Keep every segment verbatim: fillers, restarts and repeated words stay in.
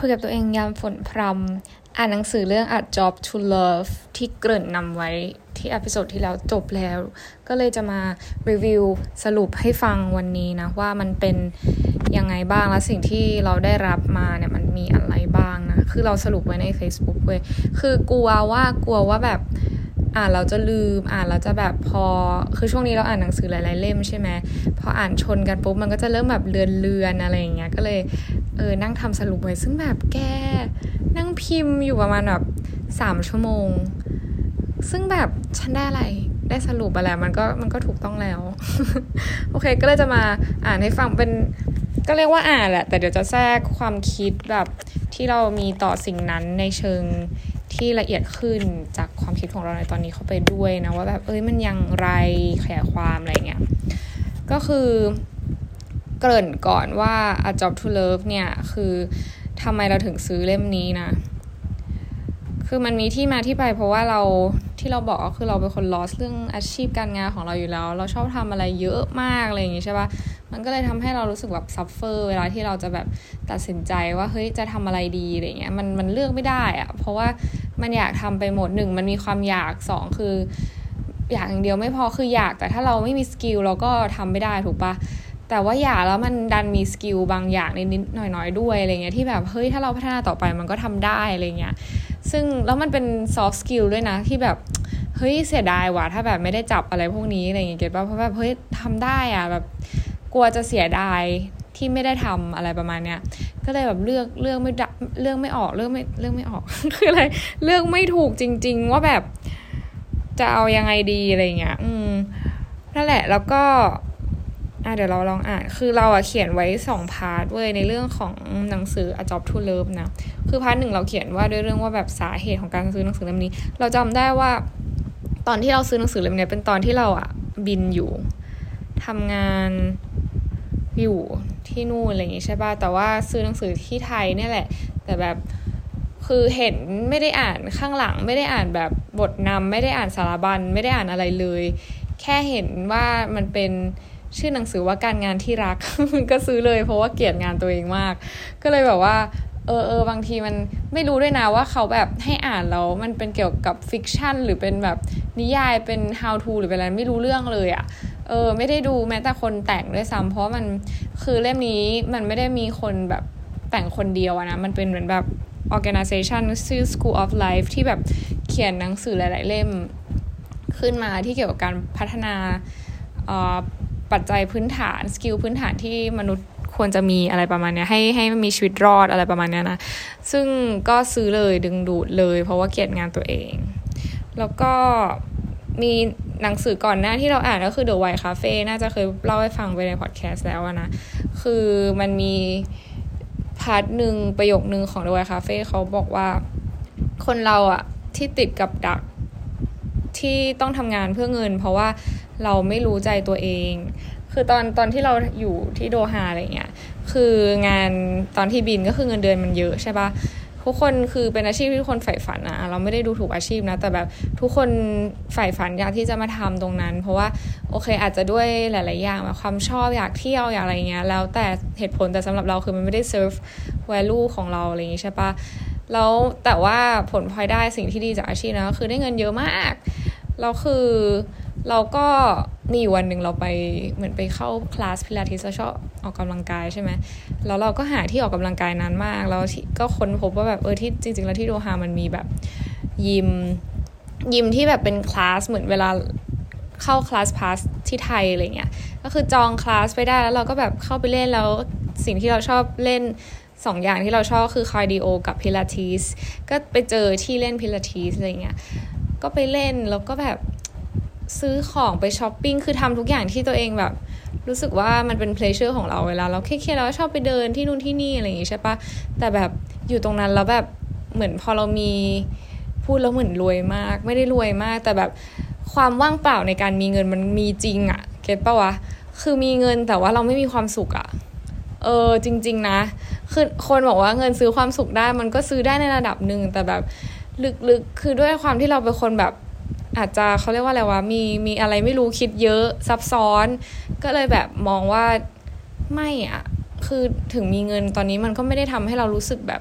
คุยกับตัวเองยามฝนพรำอ่านหนังสือเรื่อง A Job to Love ที่เกริ่นนำไว้ที่เอพิโซดที่แล้วจบแล้วก็เลยจะมารีวิวสรุปให้ฟังวันนี้นะว่ามันเป็นยังไงบ้างและสิ่งที่เราได้รับมาเนี่ยมันมีอะไรบ้างนะคือเราสรุปไว้ใน Facebook เว้ยคือกลัวว่ากลัวว่าแบบอ่านเราจะลืมอ่านเราจะแบบพอคือช่วงนี้เราอ่านหนังสือหลายๆเล่มใช่ไหมพออ่านชนกันปุ๊บมันก็จะเริ่มแบบเลือนๆอะไรอย่างเงี้ยก็เลยเออนั่งทำสรุปไว้ซึ่งแบบแกนั่งพิมพ์อยู่ประมาณแบบสามชั่วโมงซึ่งแบบฉันได้อะไรได้สรุปอะไรมันก็มันก็ถูกต้องแล้ว โอเคก็เลยจะมาอ่านให้ฟังเป็นก็เรียกว่าอ่านแหละแต่เดี๋ยวจะแทรกความคิดแบบที่เรามีต่อสิ่งนั้นในเชิงที่ละเอียดขึ้นจากความคิดของเราในตอนนี้เข้าไปด้วยนะว่าแบบเอ้ยมันยังไรขยายความอะไรเงี้ยก็คือเกริ่นก่อนว่า A Job to Love เนี่ยคือทำไมเราถึงซื้อเล่มนี้นะคือมันมีที่มาที่ไปเพราะว่าเราที่เราบอกก็คือเราเป็นคน lost เรื่องอาชีพการงานของเราอยู่แล้วเราชอบทำอะไรเยอะมากอะไรอย่างงี้ใช่ปะมันก็เลยทำให้เรารู้สึกแบบ suffer เวลาที่เราจะแบบตัดสินใจว่าเฮ้ยจะทำอะไรดีอะไรเงี้ยมันมันเลือกไม่ได้อะเพราะว่ามันอยากทำไปหมดหนึ่งมันมีความอยากสองคืออยากอย่างเดียวไม่พอคืออยากแต่ถ้าเราไม่มีสกิลเราก็ทำไม่ได้ถูกปะแต่ว่าอยากแล้วมันดันมีสกิลบางอย่างนิดๆหน่อยๆด้วยอะไรเงี้ยที่แบบเฮ้ยถ้าเราพัฒนาต่อไปมันก็ทำได้อะไรเงี้ยซึ่งแล้วมันเป็น soft skill ด้วยนะที่แบบเฮ้ยเสียดายว่ะถ้าแบบไม่ได้จับอะไรพวกนี้อะไรเงี้ยเก็ทป่ะเพราะแบบเฮ้ยทำได้อ่ะแบบกลัวจะเสียดายที่ไม่ได้ทำอะไรประมาณเนี้ยก็เลยแบบเลือกเลือกไม่เลือกไม่ออกเลือกไม่เลือกไม่ออก คืออะไรเลือกไม่ถูกจริงๆว่าแบบจะเอายังไงดีอะไรเงี้ยอืมนั่นแหละแล้วก็อ่ะเดี๋ยวเราลองอ่านคือเราอ่ะเขียนไว้สองพาร์ทเว้ยในเรื่องของหนังสือ A Job to Love นะคือพาร์ทหนึ่งเราเขียนว่าด้วยเรื่องว่าแบบสาเหตุของการซื้อหนังสือเล่มนี้เราจำได้ว่าตอนที่เราซื้อหนังสือเล่มนี้เป็นตอนที่เราอ่ะบินอยู่ทำงานอยู่ที่นู่นอะไรอย่างงี้ใช่ป่ะแต่ว่าซื้อหนังสือที่ไทยเนี่ยแหละแต่แบบคือเห็นไม่ได้อ่านข้างหลังไม่ได้อ่านแบบบทนำไม่ได้อ่านสารบัญไม่ได้อ่านอะไรเลยแค่เห็นว่ามันเป็นชื่อหนังสือว่าการงานที่รัก ก็ซื้อเลยเพราะว่าเกลียดงานตัวเองมากก็เลยแบบว่าเออเออบางทีมันไม่รู้ด้วยนะว่าเขาแบบให้อ่านแล้วมันเป็นเกี่ยวกับฟิกชันหรือเป็นแบบนิยายเป็น how to หรือเป็นอะไรไม่รู้เรื่องเลยอ่ะเออไม่ได้ดูแม้แต่คนแต่งด้วยซ้ำเพราะมันคือเล่มนี้มันไม่ได้มีคนแบบแต่งคนเดียวนะมันเป็นเหมือนแบบ organization ชื่อ School of Life ที่แบบเขียนหนังสือหลายๆเล่มขึ้นมาที่เกี่ยวกับการพัฒนาเอ่อปัจจัยพื้นฐานสกิลพื้นฐานที่มนุษย์ควรจะมีอะไรประมาณนี้ให้ให้มีชีวิตรอดอะไรประมาณนี้นะซึ่งก็ซื้อเลยดึงดูดเลยเพราะว่าเกลียดงานตัวเองแล้วก็มีหนังสือก่อนหน้าที่เราอ่านก็คือ The White Cafe น่าจะเคยเล่าให้ฟังไปในพอดแคสต์แล้วนะคือมันมีพาร์ทหนึ่งประโยคนึงของ The White Cafe เขาบอกว่าคนเราอะที่ติดกับดักที่ต้องทำงานเพื่อเงินเพราะว่าเราไม่รู้ใจตัวเองคือตอนตอนที่เราอยู่ที่โดฮาอะไรเงี้ยคืองานตอนที่บินก็คือเงินเดือนมันเยอะใช่ปะทุกคนคือเป็นอาชีพที่ทุกคนใฝ่ฝันนะเราไม่ได้ดูถูกอาชีพนะแต่แบบทุกคนใฝ่ฝันอยากที่จะมาทำตรงนั้นเพราะว่าโอเคอาจจะด้วยหลายๆอย่างแบบความชอบอยากเที่ยวอยากอะไรเงี้ยแล้วแต่เหตุผลแต่สำหรับเราคือมันไม่ได้ serve value ของเราอะไรอย่างงี้ใช่ปะแล้วแต่ว่าผลพลอยได้สิ่งที่ดีจากอาชีพนะก็คือได้เงินเยอะมากแล้วคือเราก็มีวันหนึ่งเราไปเหมือนไปเข้าคลาสพิลาทิสเราชอบออกกำลังกายใช่ไหมแล้วเราก็หาที่ออกกำลังกายนานมากแล้วก็ค้นพบว่าแบบเออที่จริงๆแล้วที่โดฮามันมีแบบยิมยิมที่แบบเป็นคลาสเหมือนเวลาเข้าคลาสพาสที่ไทยอะไรเงี้ยก็คือจองคลาสไปได้แล้วเราก็แบบเข้าไปเล่นแล้วสิ่งที่เราชอบเล่นสองอย่างที่เราชอบคือคาร์ดิโอกับพิลาทิสก็ไปเจอที่เล่นพิลาทิสอะไรเงี้ยก็ไปเล่นแล้วก็แบบซื้อของไปช้อปปิ้งคือทำทุกอย่างที่ตัวเองแบบรู้สึกว่ามันเป็น pleasure ของเราเวลาเราเครียดๆเราชอบไปเดินที่นู่นที่นี่อะไรอย่างงี้ใช่ปะแต่แบบอยู่ตรงนั้นแล้วแบบเหมือนพอเรามีพูดแล้วเหมือนรวยมากไม่ได้รวยมากแต่แบบความว่างเปล่าในการมีเงินมันมีจริงอะเก็ทปะวะคือมีเงินแต่ว่าเราไม่มีความสุขอะเออจริงๆนะคือคนบอกว่าเงินซื้อความสุขได้มันก็ซื้อได้ในระดับนึงแต่แบบลึกๆคือด้วยความที่เราเป็นคนแบบอาจจะเขาเรียกว่าอะไรวะมีมีอะไรไม่รู้คิดเยอะซับซ้อนก็เลยแบบมองว่าไม่อ่ะคือถึงมีเงินตอนนี้มันก็ไม่ได้ทำให้เรารู้สึกแบบ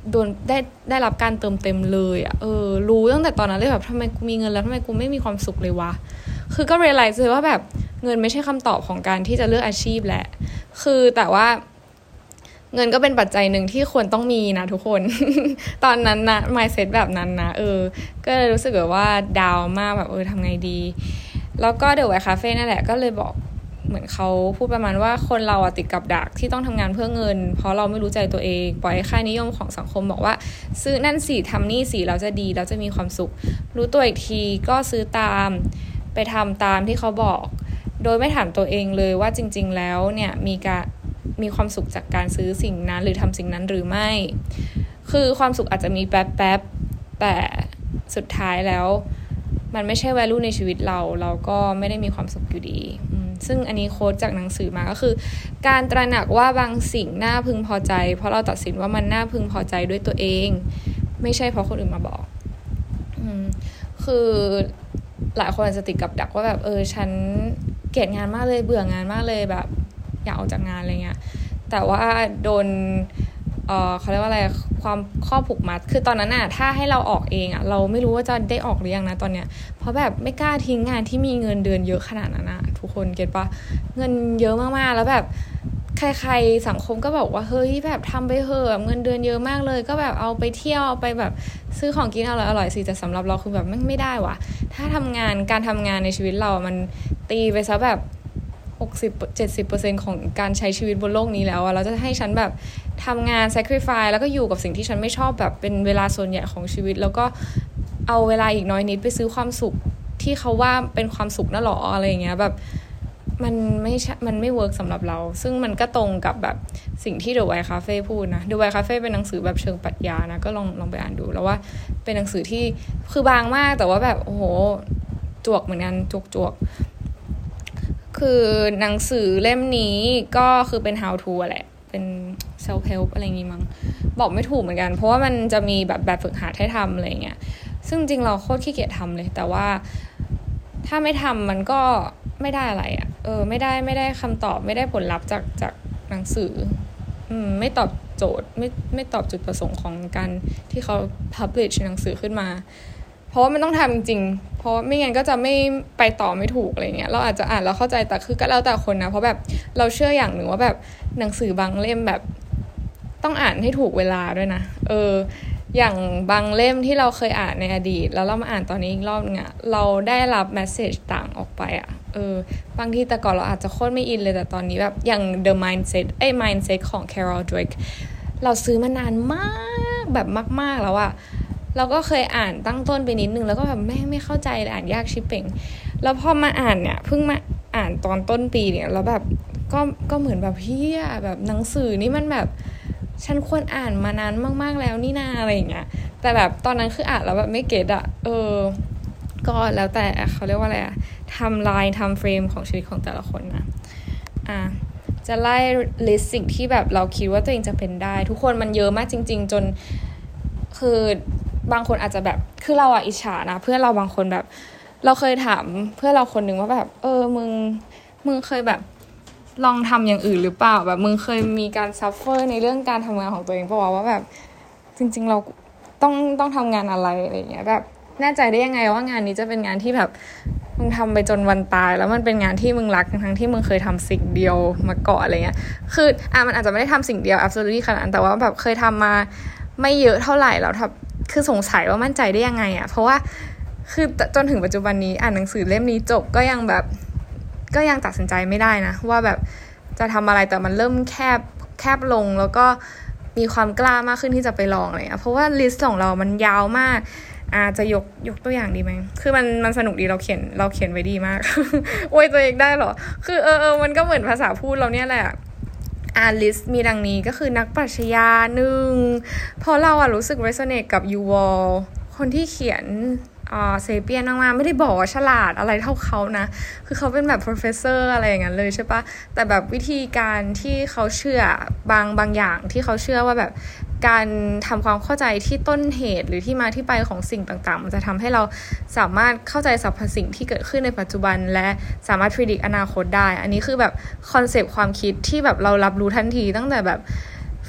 โดนได้ได้รับการเติมเต็มเลยอ่ะเออรู้ตั้งแต่ตอนนั้นเลยแบบทำไมกูมีเงินแล้วทำไมกูไม่มีความสุขเลยวะคือก็ realize เลยว่าแบบเงินไม่ใช่คำตอบของการที่จะเลือกอาชีพแหละคือแต่ว่าเงินก็เป็นปัจจัยหนึ่งที่ควรต้องมีนะทุกคน ตอนนั้นนะ mindset แบบนั้นนะเออก็เลยรู้สึกแบบว่าดาวมากแบบเออทำไงดีแล้วก็ The White Cafe นั่นแหละก็เลยบอกเหมือนเขาพูดประมาณว่าคนเราอะติดกับดักที่ต้องทำงานเพื่อเงินเพราะเราไม่รู้ใจตัวเองปล่อยให้ค่านิยมของสังคมบอกว่าซื้อนั่นสิทำนี่สิเราจะดีเราจะมีความสุขรู้ตัวอีกทีก็ซื้อตามไปทำตามที่เขาบอกโดยไม่ถามตัวเองเลยว่าจริงๆแล้วเนี่ยมีการมีความสุขจากการซื้อสิ่งนั้นหรือทำสิ่งนั้นหรือไม่คือความสุขอาจจะมีแป๊บๆแต่สุดท้ายแล้วมันไม่ใช่ value ในชีวิตเราเราก็ไม่ได้มีความสุขอยู่ดีซึ่งอันนี้โค้ดจากหนังสือมาก็คือการตระหนักว่าบางสิ่งน่าพึงพอใจเพราะเราตัดสินว่ามันน่าพึงพอใจด้วยตัวเองไม่ใช่เพราะคนอื่นมาบอกอืมคือหลายคนอาจจะติดกับดักว่าแบบเออฉันเกลียดงานมากเลยเบื่องานมากเลยแบบอยากออกจากงานอะไรเงี้ยแต่ว่าโดนเอ่อเขาเรียกว่าอะไรความข้อผูกมัดคือตอนนั้นน่ะถ้าให้เราออกเองอ่ะเราไม่รู้ว่าจะได้ออกหรือยังนะตอนเนี้ยเพราะแบบไม่กล้าทิ้งงานที่มีเงินเดือนเยอะขนาดนั้นนะทุกคนเก็ทปะเงินเยอะมากๆแล้วแบบใครๆสังคมก็บอกว่าเฮ้ยแบบทำไปเถอะเงินเดือนเยอะมากเลยก็แบบเอาไปเที่ยวเอาไปแบบซื้อของกินอร่อยๆสิแต่สำหรับเราคือแบบไม่ไม่ได้ว่ะถ้าทำงานการทำงานในชีวิตเรามันตีไปซะแบบหกสิบ เจ็ดสิบเปอร์เซ็นต์ ของการใช้ชีวิตบนโลกนี้แล้วอะเราจะให้ฉันแบบทำงาน sacrifice แล้วก็อยู่กับสิ่งที่ฉันไม่ชอบแบบเป็นเวลาส่วนใหญ่ของชีวิตแล้วก็เอาเวลาอีกน้อยนิดไปซื้อความสุขที่เขาว่าเป็นความสุขน่ะหรออะไรอย่างเงี้ยแบบมันไม่มันไม่เวิร์กสำหรับเราซึ่งมันก็ตรงกับแบบสิ่งที่ The White Cafe พูดนะ The White Cafe เป็นหนังสือแบบเชิงปรัชญานะก็ลองลองไปอ่านดูแล้วว่าเป็นหนังสือที่คือบางมากแต่ว่าแบบโอ้โหจวกเหมือนกันจวกจวกคือหนังสือเล่มนี้ก็คือเป็น how to แหละเป็น self help อะไรอย่างงี้มั้งบอกไม่ถูกเหมือนกันเพราะว่ามันจะมีแบบแบบฝึกหัดให้ทำอะไรเงี้ยซึ่งจริงเราโคตรขี้เกียจทำเลยแต่ว่าถ้าไม่ทำมันก็ไม่ได้อะไรอ่ะเออไม่ได้ไม่ได้คำตอบไม่ได้ผลลัพธ์จากจากหนังสืออืมไม่ตอบโจทย์ไม่ไม่ตอบจุดประสงค์ของการที่เขา publish หนังสือขึ้นมาเพราะว่ามันต้องทำจริงๆเพราะไม่งั้นก็จะไม่ไปต่อไม่ถูกอะไรเงี้ยเราอาจจะอ่านแล้วเข้าใจแต่คือก็แล้วแต่คนนะเพราะแบบเราเชื่ออย่างหนึ่งว่าแบบหนังสือบางเล่มแบบต้องอ่านให้ถูกเวลาด้วยนะเอออย่างบางเล่มที่เราเคยอ่านในอดีตแล้วเรามาอ่านตอนนี้อีกรอบนึงอะเราได้รับเมสเสจต่างออกไปอะเออบางทีแต่ก่อนเราอาจจะโคตรไม่อินเลยแต่ตอนนี้แบบอย่าง The Mindset ไอ้ Mindset ของ Carol Dweck เราซื้อมานานมากแบบมากๆแล้วอะเราก็เคยอ่านตั้งต้นไปนิดนึงแล้วก็แบบไม่ไม่เข้าใจอ่านยากชิบเป่งแล้วพอมาอ่านเนี่ยเพิ่งมาอ่านตอนต้นปีเนี่ยแล้วแบบก็ก็เหมือนแบบเฮียแบบหนังสือนี่มันแบบฉันควรอ่านมานานมากๆแล้วนี่นาอะไรอย่างเงี้ยแต่แบบตอนนั้นคืออ่านแล้วแบบไม่เก็ตอะเออก็แล้วแต่เขาเรียกว่าอะไรอะทำลายทำเฟรมของชีวิตของแต่ละคนนะอ่ะจะไล่ลิสต์สิ่งที่แบบเราคิดว่าตัวเองจะเป็นได้ทุกคนมันเยอะมากจริงๆจนคือบางคนอาจจะแบบคือเราอะอิจฉานะเพื่อนเราบางคนแบบเราเคยถามเพื่อนเราคนนึงว่าแบบเออมึงมึงเคยแบบลองทำอย่างอื่นหรือเปล่าแบบมึงเคยมีการซัฟเฟอร์ในเรื่องการทำงานของตัวเองป่าวว่าแบบจริงๆเราต้องต้องทำงานอะไรอะไรอย่างเงี้ยแบบแน่ใจได้ยังไงว่างานนี้จะเป็นงานที่แบบมึงทำไปจนวันตายแล้วมันเป็นงานที่มึงรักทั้งที่มึงเคยทำสิ่งเดียวมาก่อนอะไรเงี้ยคืออ่ะมันอาจจะไม่ได้ทำสิ่งเดียว absolutely ขนาดนั้นแต่ว่าแบบเคยทำมาไม่เยอะเท่าไหร่แล้วทับคือสงสัยว่ามั่นใจได้ยังไงอ่ะเพราะว่าคือจนถึงปัจจุบันนี้อ่านหนังสือเล่มนี้จบก็ยังแบบก็ยังตัดสินใจไม่ได้นะว่าแบบจะทำอะไรแต่มันเริ่มแคบแคบลงแล้วก็มีความกล้ามากขึ้นที่จะไปลองอะไรเงี้ยเพราะว่าลิสต์ของเรามันยาวมากอาจจะยกยกตัวอย่างดีไหมคือมันมันสนุกดีเราเขียนเราเขียนไว้ดีมาก โอ้ยตัวเองได้เหรอคือเออเออมันก็เหมือนภาษาพูดเราเนี่ยแหละอ่านลิสต์มีดังนี้ก็คือนักปรัชญาหนึ่งเพราะเราอะรู้สึก resonate กับยูวอลคนที่เขียนอ่าเซเปียนมากๆไม่ได้บอกว่าฉลาดอะไรเท่าเขานะคือเขาเป็นแบบ professor อะไรอย่างนั้นเลยใช่ปะแต่แบบวิธีการที่เขาเชื่อบางบางอย่างที่เขาเชื่อว่าแบบการทำความเข้าใจที่ต้นเหตุหรือที่มาที่ไปของสิ่งต่างๆมันจะทำให้เราสามารถเข้าใจสรรพสิ่งที่เกิดขึ้นในปัจจุบันและสามารถ predict อนาคตได้อันนี้คือแบบคอนเซปต์ความคิดที่แบบเรารับรู้ทันทีตั้งแต่แบบ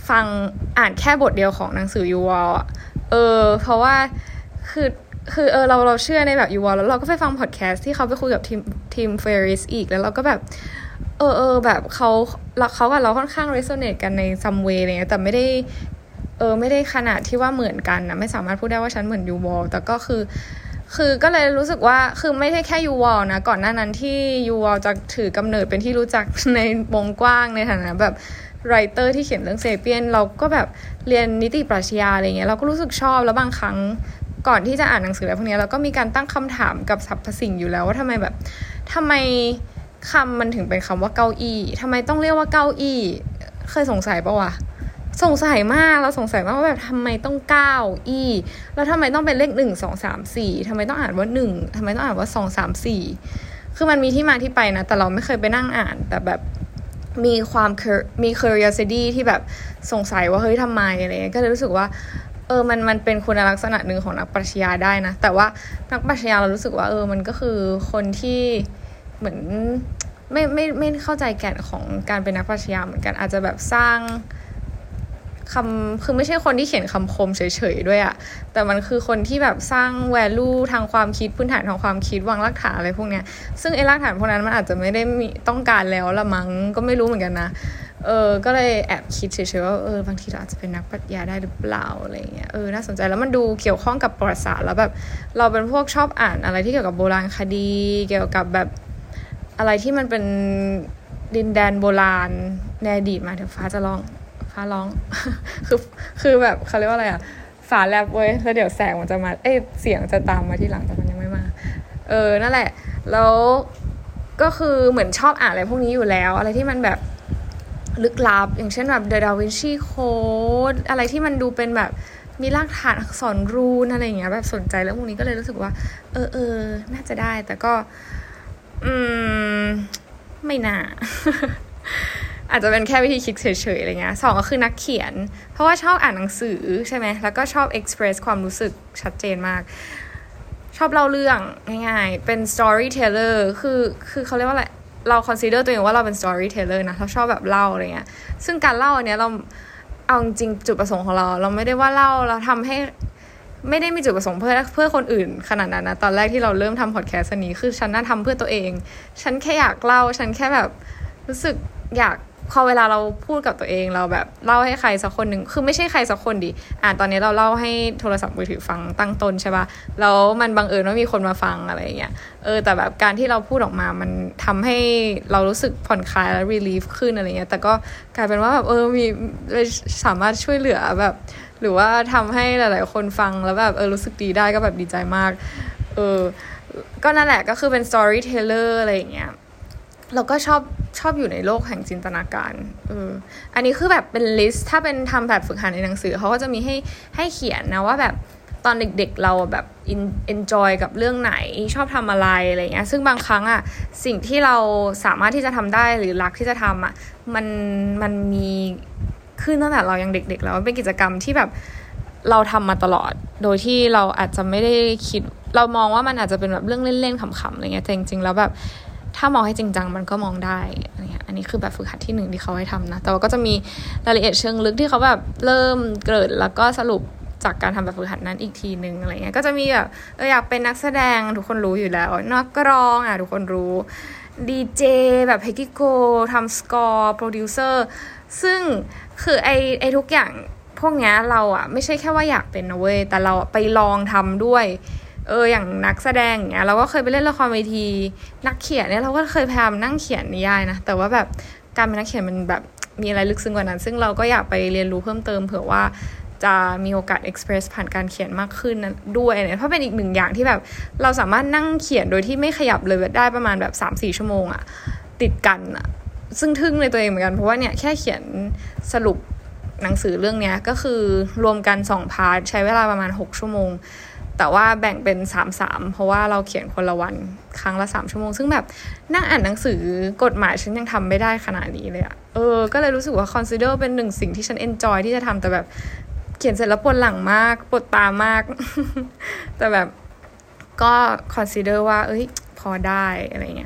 ฟังอ่านแค่บทเดียวของหนังสือยูวอลอ่ะเออเพราะว่าคือคือเออเราเราเชื่อในแบบยูวอลแล้วเราก็ไปฟังพอดแคสต์ที่เขาไปคุยกับทีมทีมเฟริสอีกแล้วเราก็แบบเออเออแบบเขาเขากับเราค่อนข้าง resonate กันใน some way อะไรเงี้ยแต่ไม่ได้เออไม่ได้ขนาดที่ว่าเหมือนกันนะไม่สามารถพูดได้ว่าฉันเหมือนยูวอลแต่ก็คือคือก็เลยรู้สึกว่าคือไม่ใช่แค่ยูวอลนะก่อนหน้านั้นที่ยูวอลจะถือกำเนิดเป็นที่รู้จักในวงกว้างในฐานะแบบไรเตอร์ที่เขียนเรื่องเซเปียนเราก็แบบเรียนนิติปรัชญาอะไรเงี้ยเราก็รู้สึกชอบแล้วบางครั้งก่อนที่จะอ่านหนังสืออะไรพวกนี้เราก็มีการตั้งคำถามกับสรรพสิ่งอยู่แล้วว่าทำไมแบบทำไมคำมันถึงเป็นคำว่าเก้าอี้ทำไมต้องเรียกว่าเก้าอี้เคยสงสัยปะวะสงสัยมากเราสงสัยมากว่าแบบทำไมต้องเก้าอี้แล้วทำไมต้องเป็นเลขหนึ่งสองสามสี่ทำไมต้องอ่านว่าหนึ่งทำไมต้องอ่านว่าสองสามสี่คือมันมีที่มาที่ไปนะแต่เราไม่เคยไปนั่งอ่านแต่แบบมีความมี curiosity ที่แบบสงสัยว่าเฮ้ยทำไมอะไรเงี้ยก็เลยรู้สึกว่าเออมันมันเป็นคุณลักษณะหนึ่งของนักปรัชญาได้นะแต่ว่านักปรัชญาเรารู้สึกว่าเออมันก็คือคนที่เหมือนไม่ไม่ไม่เข้าใจแก่นของการเป็นนักปรัชญาเหมือนกันอาจจะแบบสร้างคำคือไม่ใช่คนที่เขียนคำคมเฉยๆด้วยอะแต่มันคือคนที่แบบสร้าง value ทางความคิดพื้นฐานทางความคิดวางรากฐานอะไรพวกเนี้ยซึ่งไอ้รากฐานพวกนั้นมันอาจจะไม่ได้มีต้องการแล้วละมั้งก็ไม่รู้เหมือนกันนะเออก็เลยแอบคิดเฉยๆว่าเออบางทีเราอาจจะเป็นนักปรัชญาได้หรือเปล่าอะไรเงี้ยเออน่าสนใจแล้วมันดูเกี่ยวข้องกับประวัติศาสตร์แล้วแบบเราเป็นพวกชอบอ่านอะไรที่เกี่ยวกับโบราณคดีเกี่ยวกับแบบอะไรที่มันเป็นดินแดนโบราณในอดีตมาถึงฟ้าจะร้องฟ้าร้อง คือคือแบบเขาเรียกว่าอะไรอ่ะฟ้าแลบเว้ยแล้วเดี๋ยวแสงมันจะมาเอ้ยเสียงจะตามมาที่หลังแต่มันยังไม่มาเออนั่นแหละแล้วก็คือเหมือนชอบอ่านอะไรพวกนี้อยู่แล้วอะไรที่มันแบบลึกลับอย่างเช่นแบบ The Da Vinci Code อะไรที่มันดูเป็นแบบมีรากฐานอักษรรูนอะไรอย่างเงี้ยแบบสนใจเรื่องพวกนี้ก็เลยรู้สึกว่าเออเออน่าจะได้แต่ก็อืมไม่น่า อาจจะเป็นแค่วิธีคิดเฉยๆอะไรเงี้ยสองก็คือนักเขียนเพราะว่าชอบอ่านหนังสือใช่ไหมแล้วก็ชอบ express ความรู้สึกชัดเจนมากชอบเล่าเรื่องง่ายๆเป็น storyteller คือคือเขาเรียกว่าอะไรเรา consider ตัวเองว่าเราเป็น storyteller นะเราชอบแบบเล่าอะไรเงี้ยซึ่งการเล่าอันเนี้ยเราเอาจริงจุดประสงค์ของเราเราไม่ได้ว่าเล่าเราทำให้ไม่ได้มีจุดประสงค์เพื่อเพื่อคนอื่นขนาดนั้นนะตอนแรกที่เราเริ่มทำพอดแคสต์นี้คือฉันน่าทำเพื่อตัวเองฉันแค่อยากเล่าฉันแค่แบบรู้สึกอยากพอเวลาเราพูดกับตัวเองเราแบบเล่าให้ใครสักคนหนึ่งคือไม่ใช่ใครสักคนดิอ่าตอนนี้เราเล่าให้โทรศัพท์มือถือฟังตั้งต้นใช่ป่ะแล้วมันบังเอิญว่ามีคนมาฟังอะไรอย่างเงี้ยเออแต่แบบการที่เราพูดออกมามันทำให้เรารู้สึกผ่อนคลายและ relief ขึ้นอะไรเงี้ยแต่ก็กลายเป็นว่าแบบเออมีสามารถช่วยเหลือแบบหรือว่าทำให้หลายๆคนฟังแล้วแบบเออรู้สึกดีได้ก็แบบดีใจมากเออก็นั่นแหละก็คือเป็น storyteller อะไรอย่างเงี้ยเราก็ชอบชอบอยู่ในโลกแห่งจินตนาการเอออันนี้คือแบบเป็นลิสต์ถ้าเป็นทำแบบฝึกหัดในหนังสือเขาก็จะมีให้ให้เขียนนะว่าแบบตอนเด็กๆเราแบบเอนจอยกับเรื่องไหนชอบทำอะไรอะไรเงี้ยซึ่งบางครั้งอ่ะสิ่งที่เราสามารถที่จะทำได้หรือรักที่จะทำอ่ะมันมันมีขึ้นตั้งแต่เรายังเด็กๆแล้วมันเป็นกิจกรรมที่แบบเราทำมาตลอดโดยที่เราอาจจะไม่ได้คิดเรามองว่ามันอาจจะเป็นแบบเรื่องเล่นๆขำๆอะไรเงี้ยแต่จริงๆแล้วแบบถ้ามองให้จริงจังมันก็มองได้อะไรเงี้ยอันนี้คือแบบฝึกหัดที่หนึ่งที่เขาให้ทำนะแต่ว่าก็จะมีรายละเอียดเชิงลึกที่เขาแบบเริ่มเกิดแล้วก็สรุปจากการทำแบบฝึกหัดนั้นอีกทีนึงอะไรเงี้ยก็จะมีแบบเอออยากเป็นนักแสดงทุกคนรู้อยู่แล้วนักร้องอ่ะทุกคนรู้ดีเจแบบเฮกิโกทำสกอร์โปรดิวเซอร์ซึ่งคือไอไอทุกอย่างพวกเนี้ยเราอ่ะไม่ใช่แค่ว่าอยากเป็นนะเว้ยแต่เราไปลองทำด้วยเอออย่างนักแสดงอย่างเงี้ยเราก็เคยไปเล่นละครเวทีนักเขียนเนี่ยเราก็เคยพยายามนั่งเขียนนิยายนะแต่ว่าแบบการเป็นนักเขียนมันแบบมีอะไรลึกซึ้งกว่านั้นซึ่งเราก็อยากไปเรียนรู้เพิ่มเติมเผื่อว่าจะมีโอกาส express ผ่านการเขียนมากขึ้นนะด้วยเนี่ยเพราะเป็นอีกหนึ่งอย่างที่แบบเราสามารถนั่งเขียนโดยที่ไม่ขยับเลยได้ประมาณแบบ สามถึงสี่ ชั่วโมงอะติดกันอะซึ่งทึ่งในตัวเองเหมือนกันเพราะว่าเนี่ยแค่เขียนสรุปหนังสือเรื่องเนี้ยก็คือรวมกันสองพาร์ทใช้เวลาประมาณหกชั่วโมงแต่ว่าแบ่งเป็น สาม สาม เพราะว่าเราเขียนคนละวันครั้งละสามชั่วโมงซึ่งแบบนั่งอ่านหนังสือกฎหมายฉันยังทำไม่ได้ขนาดนี้เลยอะเออก็เลยรู้สึกว่า consider เป็นหนึ่งสิ่งที่ฉัน enjoy ที่จะทำแต่แบบเขียนเสร็จแล้วปวดหลังมากปวดตามาก แต่แบบก็ consider ว่าเอ้ยพอได้อะไรเงี้ย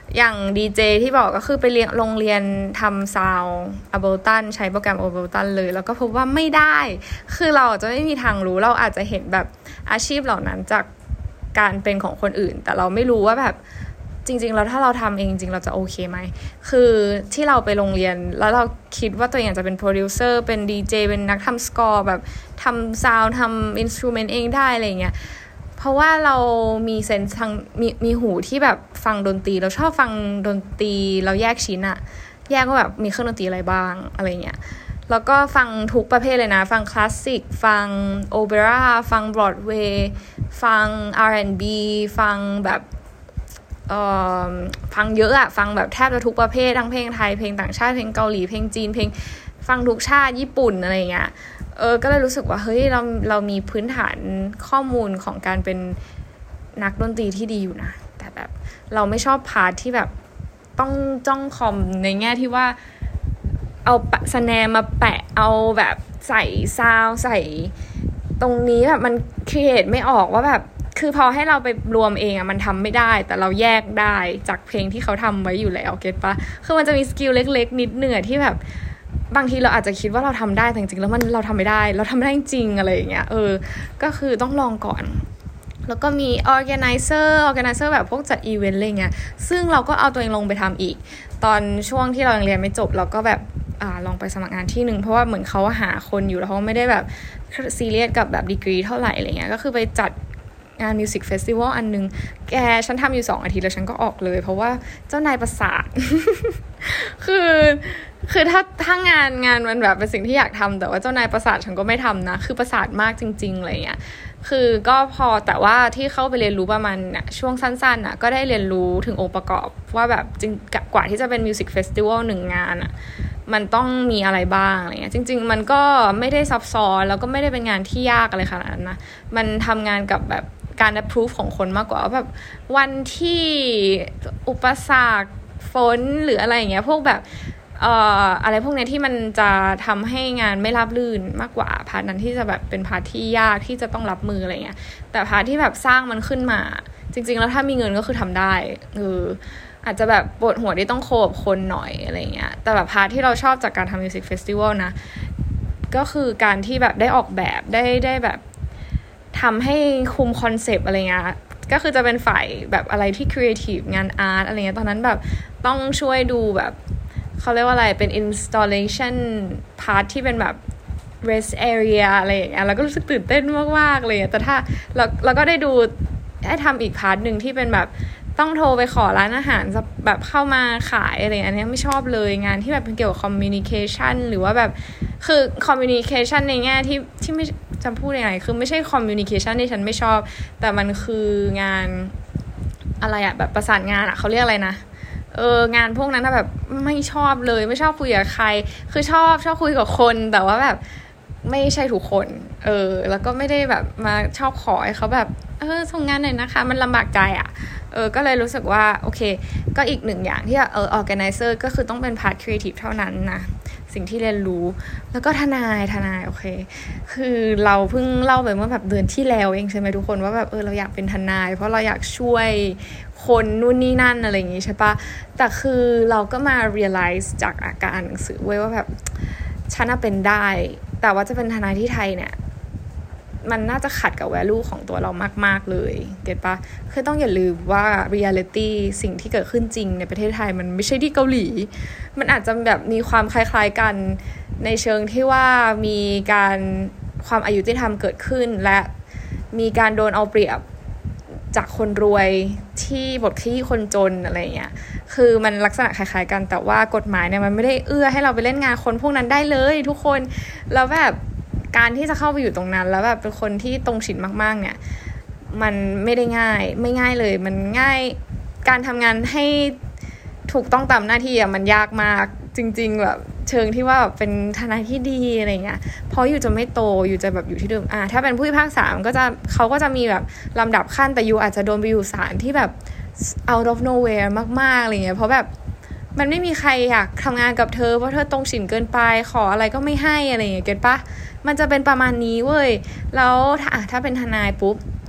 อย่างดีเจที่บอกก็คือไปเรียนโรงเรียนทำซาวด์ Ableton ใช้โปรแกรม Ableton เลยแล้วก็พบว่าไม่ได้คือเราจะไม่มีทางรู้เราอาจจะเห็นแบบอาชีพเหล่านั้นจากการเป็นของคนอื่นแต่เราไม่รู้ว่าแบบจริงๆแล้วถ้าเราทำเองจริงๆเราจะโอเคไหมคือที่เราไปโรงเรียนแล้วเราคิดว่าตัวเองจะเป็นโปรดิวเซอร์เป็นดีเจเป็นนักทำสกอร์แบบทำซาวด์ทำอินสตรูเมนต์เองได้อะไรเงี้ยเพราะว่าเรามีเซนส์ทางมีมีหูที่แบบฟังดนตรีเราชอบฟังดนตรีเราแยกชิ้นอะแยกว่าแบบมีเครื่องดนตรีอะไรบ้างอะไรเงี้ยแล้วก็ฟังทุกประเภทเลยนะฟังคลาสสิกฟังโอเปร่าฟังบรอดเวย์ฟัง อาร์ แอนด์ บี ฟังแบบเอ่อฟังเยอะอะฟังแบบแทบจะทุกประเภททั้งเพลงไทยเพลงต่างชาติเพลงเกาหลีเพลงจีนเพลงฟังทุกชาติญี่ปุ่นอะไรเงี้ยเออก็เลยรู้สึกว่าเฮ้ยเราเรามีพื้นฐานข้อมูลของการเป็นนักดนตรีที่ดีอยู่นะแต่แบบเราไม่ชอบพาร์ทที่แบบต้องจ้องคอมในแง่ที่ว่าเอาสแนร์มาแปะเอาแบบใส่ซาวใส่ตรงนี้แบบมันครีเอทไม่ออกว่าแบบคือพอให้เราไปรวมเองอะมันทำไม่ได้แต่เราแยกได้จากเพลงที่เขาทำไว้อยู่แล้วเก็ตปะคือมันจะมีสกิลเล็กๆนิดเหนือที่แบบบางทีเราอาจจะคิดว่าเราทำได้แต่จริงๆแล้วมันเราทำไม่ได้เราทำไม่ได้จริงอะไรอย่างเงี้ยเออก็คือต้องลองก่อนแล้วก็มี organizer organizer แบบพวกจัดอีเวนต์อะไรเงี้ยซึ่งเราก็เอาตัวเองลงไปทำอีกตอนช่วงที่เรายังเรียนไม่จบเราก็แบบอ่าลองไปสมัครงานที่นึงเพราะว่าเหมือนเขาหาคนอยู่แล้วเขาไม่ได้แบบซีเรียสกับแบบดีกรีเท่าไหร่อะไรเงี้ยก็คือไปจัดงานมิวสิกเฟสติวัลอันนึงแกฉันทำอยู่สองอาทิตย์แล้วฉันก็ออกเลยเพราะว่าเจ้านายประสาท คือคือถ้าถ้างานงานมันแบบเป็นสิ่งที่อยากทำแต่ว่าเจ้านายประสาทฉันก็ไม่ทำนะคือประสาทมากจริงๆอะไรเงี้ยคือก็พอแต่ว่าที่เข้าไปเรียนรู้ประมาณน่ะช่วงสั้นๆน่ะก็ได้เรียนรู้ถึงองค์ประกอบว่าแบบจริงกว่าที่จะเป็นมิวสิกเฟสติวัลหนึ่งงานอ่ะมันต้องมีอะไรบ้างอะไรเงี้ยจริงๆมันก็ไม่ได้ซับซ้อนแล้วก็ไม่ได้เป็นงานที่ยากอะไรขนาดนั้นนะมันทำงานกับแบบการ approve ของคนมากกว่าแบบวันที่อุปสรรคฝนหรืออะไรอย่างเงี้ยพวกแบบเอ่ออะไรพวกนี้ที่มันจะทำให้งานไม่ราบรื่นมากกว่าพาร์ทนั้นที่จะแบบเป็นพาร์ทที่ยากที่จะต้องรับมืออะไรเงี้ยแต่พาร์ทที่แบบสร้างมันขึ้นมาจริงๆแล้วถ้ามีเงินก็คือทำได้เอออาจจะแบบปวดหัวที่ต้องโคบคนหน่อยอะไรเงี้ยแต่แบบพาร์ทที่เราชอบจากการทำมิวสิกเฟสติวัลนะก็คือการที่แบบได้ออกแบบได้ได้แบบทำให้คุมคอนเซปต์อะไรเงี้ยก็คือจะเป็นฝ่ายแบบอะไรที่ครีเอทีฟงานอาร์ตอะไรเงี้ยตอนนั้นแบบต้องช่วยดูแบบเขาเรียกว่าอะไรเป็น installation part ที่เป็นแบบ rest area อะไรอย่างเงี้ยแล้วก็รู้สึกตื่นเต้นมากๆเลยแต่ถ้าเราเราก็ได้ดูได้ทำอีกพาร์ทหนึ่งที่เป็นแบบต้องโทรไปขอร้านอาหารแบบเข้ามาขายอะไรอันนี้ไม่ชอบเลยงานที่แบบเป็นเกี่ยวกับ communication หรือว่าแบบคือ communication ในแง่ที่ที่ไม่จะพูดยังไงคือไม่ใช่ communication ที่ฉันไม่ชอบแต่มันคืองานอะไรอะแบบประสานงานอะเขาเรียกอะไรนะเอองานพวกนั้นนะแบบไม่ชอบเลยไม่ชอบคุยกับใครคือชอบชอบคุยกับคนแต่ว่าแบบไม่ใช่ทุกคนเออแล้วก็ไม่ได้แบบมาชอบขอให้เขาแบบเออส่งงานหน่อยนะคะมันลำบากใจอ่ะเออก็เลยรู้สึกว่าโอเคก็อีกหนึ่งอย่างที่เออ organizer ก็คือต้องเป็น part creative เท่านั้นนะสิ่งที่เรียนรู้แล้วก็ทนายทนายโอเคคือเราเพิ่งเล่าไปเมื่อแบบเดือนที่แล้วเองใช่ไหมทุกคนว่าแบบเออเราอยากเป็นทนายเพราะเราอยากช่วยคนนู่นนี่นั่นอะไรอย่างงี้ใช่ปะแต่คือเราก็มา realize จากอาการอ่านหนังสือเว้ยว่าแบบฉันน่ะเป็นได้แต่ว่าจะเป็นทนายที่ไทยเนี่ยมันน่าจะขัดกับ value ของตัวเรามากๆเลยเก็ทปะคือต้องอย่าลืมว่า reality สิ่งที่เกิดขึ้นจริงในประเทศไทยมันไม่ใช่ที่เกาหลีมันอาจจะแบบมีความคล้ายๆกันในเชิงที่ว่ามีการความอายุติธรรมเกิดขึ้นและมีการโดนเอาเปรียบจากคนรวยที่บทขยี้คนจนอะไรเงี้ยคือมันลักษณะคล้ายๆกันแต่ว่ากฎหมายเนี่ยมันไม่ได้เอื้อให้เราไปเล่นงานคนพวกนั้นได้เลยทุกคนแล้วแบบการที่จะเข้าไปอยู่ตรงนั้นแล้วแบบเป็นคนที่ตรงฉินมากๆเนี่ยมันไม่ได้ง่ายไม่ง่ายเลยมันง่ายการทำงานให้ถูกต้องตามหน้าที่อะมันยากมากจริงๆแบบเชิงที่ว่าแบบเป็นทนายที่ดีอะไรเงี้ยเพราะอยู่จะไม่โตอยู่จะแบบอยู่ที่เดิมอ่ะถ้าเป็นผู้พิพากษามันก็จะเขาก็จะมีแบบลำดับขั้นแต่อยู่อาจจะโดนไปอยู่ศาลที่แบบ out of nowhere มากๆอะไรเงี้ยเพราะแบบมันไม่มีใครอยากทำงานกับเธอเพราะเธอตรงฉินเกินไปขออะไรก็ไม่ให้อะไรเงี้ยเก็ทปะมันจะเป็นประมาณนี้เว้ยแล้วถ้าถ้าเป็นทนายปุ๊บ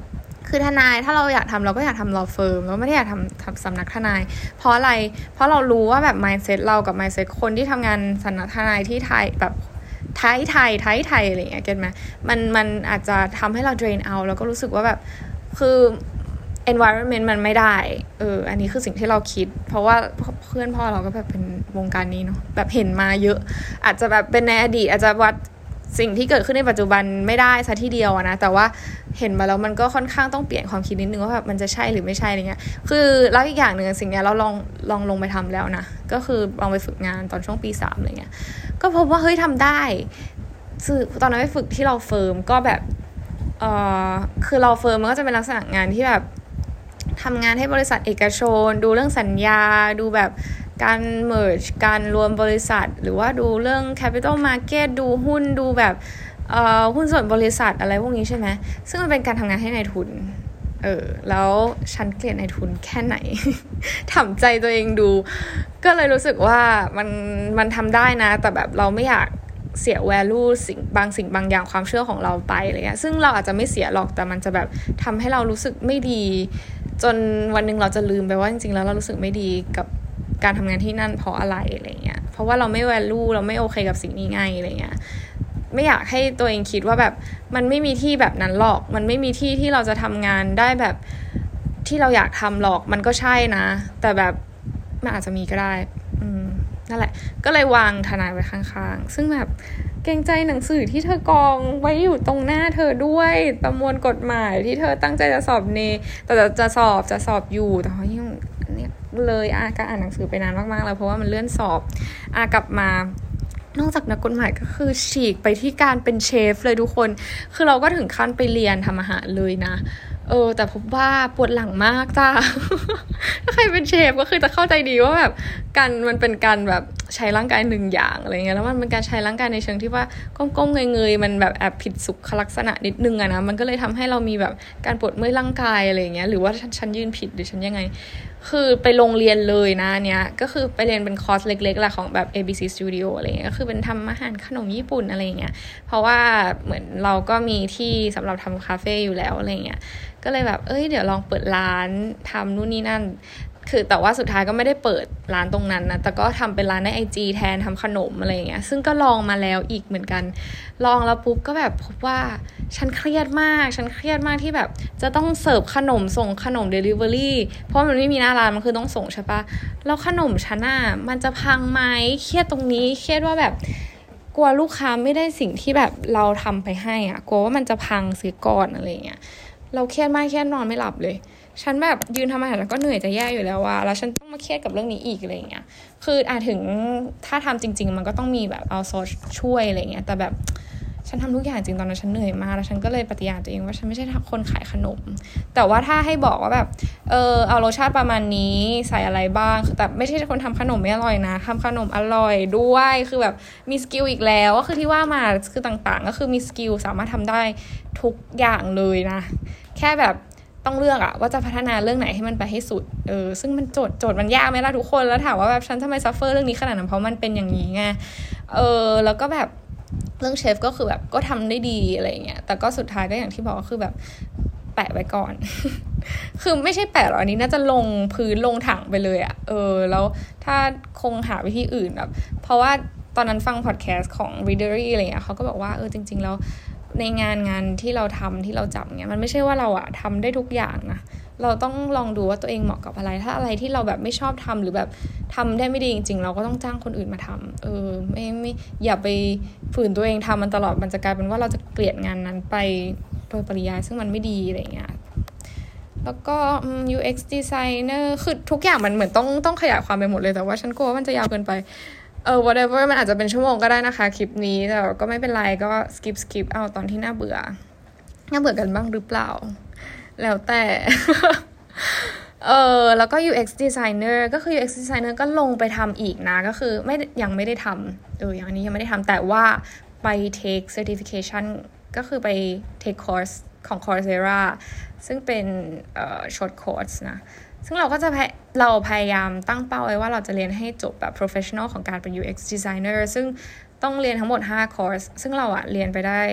คือทนายถ้าเราอยากทำเราก็อยากทำ law firm เราไม่ได้อยากทำทำสำนักทนายเพราะอะไรเพราะเรารู้ว่าแบบ mindset เรากับ mindset คนที่ทำงานสำนักทนายที่ไทยแบบไทยไทยไทยไทยอะไรอย่างเงี้ยเก็ทไหมมันมันอาจจะทำให้เรา drain out แล้วก็รู้สึกว่าแบบคือ environment มันไม่ได้เอออันนี้คือสิ่งที่เราคิดเพราะว่าเพื่อนพ่อเราก็แบบเป็นวงการนี้เนาะแบบเห็นมาเยอะอาจจะแบบเป็นในอดีตอาจจะวัดสิ่งที่เกิดขึ้นในปัจจุบันไม่ได้ซะทีเดียวนะแต่ว่าเห็นมาแล้วมันก็ค่อนข้างต้องเปลี่ยนความคิดนิดนึงว่าแบบมันจะใช่หรือไม่ใช่อะไรเงี้ยคือแล้วอีกอย่างหนึ่งสิ่งเนี้ยเราลองลองลงไปทำแล้วนะก็คือลองไปฝึกงานตอนช่วงปีสามอะไรเงี้ยก็พบว่าเฮ้ยทำได้คือตอนนั้นไปฝึกที่เราเฟิร์มก็แบบเออคือเราเฟิร์มมันก็จะเป็นลักษณะงานที่แบบทำงานให้บริษัทเอกชนดูเรื่องสัญญาดูแบบการ merge การรวมบริษัทหรือว่าดูเรื่อง capital market ดูหุ้นดูแบบเอ่อหุ้นส่วนบริษัทอะไรพวกนี้ใช่ไหมซึ่งมันเป็นการทำงานให้นายทุนเออแล้วฉันเกลียดนายทุนแค่ไหน ถามใจตัวเองดูก็เลยรู้สึกว่ามันมันทำได้นะแต่แบบเราไม่อยากเสีย value สิ่งบางสิ่งบางอย่างความเชื่อของเราไปอะไรเงี้ยซึ่งเราอาจจะไม่เสียหรอกแต่มันจะแบบทำให้เรารู้สึกไม่ดีจนวันนึงเราจะลืมไปว่าจริงๆแล้วเรารู้สึกไม่ดีกับการทำงานที่นั่นเพราะอะไรอะไรเงี้ยเพราะว่าเราไม่ value เราไม่โอเคกับสิ่งนี้ไงอะไรเงี้ยไม่อยากให้ตัวเองคิดว่าแบบมันไม่มีที่แบบนั้นหรอกมันไม่มีที่ที่เราจะทำงานได้แบบที่เราอยากทำหรอกมันก็ใช่นะแต่แบบมันอาจจะมีก็ได้อืมนั่นแหละก็เลยวางทนายไว้ข้างๆซึ่งแบบเกรงใจหนังสือที่เธอกองไว้อยู่ตรงหน้าเธอด้วยประมวลกฎหมายที่เธอตั้งใจจะสอบเนแต่จะสอบจะสอบอยู่แต่เขายังเนี่ยเลยอาการอ่านหนังสือไปนานมากๆแล้วเพราะว่ามันเลื่อนสอบอากลับมานอกจากนักกฎหมายก็คือฉีกไปที่การเป็นเชฟเลยทุกคนคือเราก็ถึงขั้นไปเรียนทำอาหารเลยนะเออแต่พบว่าปวดหลังมากจ้า ถ้าใครเป็นเชฟก็คือจะเข้าใจดีว่าแบบการมันเป็นการแบบใช้ร่างกายหนึ่งอย่างอะไรเงี้ยแล้วมันเป็นการใช้ร่างกายในเชิงที่ว่าก้มๆเงยๆมันแบบแอบผิดสุขลักษณะนิดนึงอะนะมันก็เลยทำให้เรามีแบบการปวดเมื่อยร่างกายอะไรเงี้ยหรือว่าฉันยืนผิดหรือฉันยังไงคือไปโรงเรียนเลยนะเนี้ยก็คือไปเรียนเป็นคอร์สเล็กๆแหละของแบบ เอ บี ซี Studio อะไรเงี้ยก็คือเป็นทำอาหารขนมญี่ปุ่นอะไรเงี้ยเพราะว่าเหมือนเราก็มีที่สำหรับทำคาเฟ่อยู่แล้วอะไรเงี้ยก็เลยแบบเอ้ยเดี๋ยวลองเปิดร้านทำนู่นนี่นั่นคือแต่ว่าสุดท้ายก็ไม่ได้เปิดร้านตรงนั้นนะแต่ก็ทำเป็นร้านใน ไอ จี แทนทำขนมอะไรเงี้ยซึ่งก็ลองมาแล้วอีกเหมือนกันลองแล้วปุ๊บก็แบบพบว่าฉันเครียดมากฉันเครียดมากที่แบบจะต้องเสิร์ฟขนมส่งขนม delivery เพราะมันไม่มีหน้าร้านมันคือต้องส่งใช่ปะแล้วขนมฉันอ่ะมันจะพังไหมเครียดตรงนี้เครียดว่าแบบกลัวลูกค้าไม่ได้สิ่งที่แบบเราทำไปให้อ่ะกลัวว่ามันจะพังเสียก่อนอะไรเงี้ยเราเครียดมากเครียดนอนไม่หลับเลยฉันแบบยืนทำอาหารแล้วก็เหนื่อยจะแย่อยู่แล้วว่าแล้วฉันต้องมาเครียดกับเรื่องนี้อีกอะไรเงี้ยคืออ่ะถึงถ้าทำจริงๆมันก็ต้องมีแบบเอาซอสช่วยอะไรเงี้ยแต่แบบฉันทำทุกอย่างจริงตอนนั้นฉันเหนื่อยมากแล้วฉันก็เลยปฏิญาณตัวเองว่าฉันไม่ใช่คนขายขนมแต่ว่าถ้าให้บอกว่าแบบเออเอารสชาติประมาณนี้ใส่อะไรบ้างแต่ไม่ใช่คนทำขนมไม่อร่อยนะทำขนมอร่อยด้วยคือแบบมีสกิลอีกแล้วก็คือที่ว่ามาคือต่างๆก็คือมีสกิลสามารถทำได้ทุกอย่างเลยนะแค่แบบต้องเลือกอะว่าจะพัฒนาเรื่องไหนให้มันไปให้สุดเออซึ่งมันโจทย์โจทย์มันยากไหมล่ะทุกคนแล้วถามว่าแบบฉันทำไมซัฟเฟอร์เรื่องนี้ขนาดนั้นเพราะมันเป็นอย่างนี้ไงเออแล้วก็แบบเรื่องเชฟก็คือแบบก็ทำได้ดีอะไรเงี้ยแต่ก็สุดท้ายก็อย่างที่บอกก็คือแบบแปะไว้ก่อน คือไม่ใช่แปะหรอกอันนี้น่าจะลงพื้นลงถังไปเลยอะเออแล้วถ้าคงหาวิธีอื่นแบบเพราะว่าตอนนั้นฟังพอดแคสต์ของ Readery อะไรเงี้ยเขาก็บอกว่าเออจริงๆแล้วในงานงานที่เราทำที่เราจับเงี้ยมันไม่ใช่ว่าเราอะทำได้ทุกอย่างนะเราต้องลองดูว่าตัวเองเหมาะกับอะไรถ้าอะไรที่เราแบบไม่ชอบทำหรือแบบทำได้ไม่ดีจริงๆเราก็ต้องจ้างคนอื่นมาทำเออไม่ไม่อย่าไปฝืนตัวเองทำมันตลอดมันจะกลายเป็นว่าเราจะเกลียดงานนั้นไปโดยปริยายซึ่งมันไม่ดีอะไรเงี้ยแล้วก็ ยู เอ็กซ์ designer คือทุกอย่างมันเหมือนต้องต้องขยายความไปหมดเลยแต่ว่าฉันกลัวว่ามันจะยาวเกินไปเออ whatever มันอาจจะเป็นชั่วโมงก็ได้นะคะคลิปนี้แต่ก็ไม่เป็นไรก็ skip skip เอาตอนที่น่าเบื่อน่าเบื่อกันบ้างหรือเปล่าแล้วแต่ เออแล้วก็ ยู เอ็กซ์ designer ก็คือ ยู เอ็กซ์ designer ก็ลงไปทำอีกนะก็คือไม่ยังไม่ได้ทำเอออย่างนี้ยังไม่ได้ทำแต่ว่าไป take certification ก็คือไป take course ของ Coursera ซึ่งเป็นเอ่อ short course นะซึ่งเราก็จะเราพยายามตั้งเป้าไว้ว่าเราจะเรียนให้จบแบบ professional ของการเป็น ยู เอ็กซ์ designer ซึ่งต้องเรียนทั้งหมดห้าคอร์สซึ่งเราอะเรียนไปได้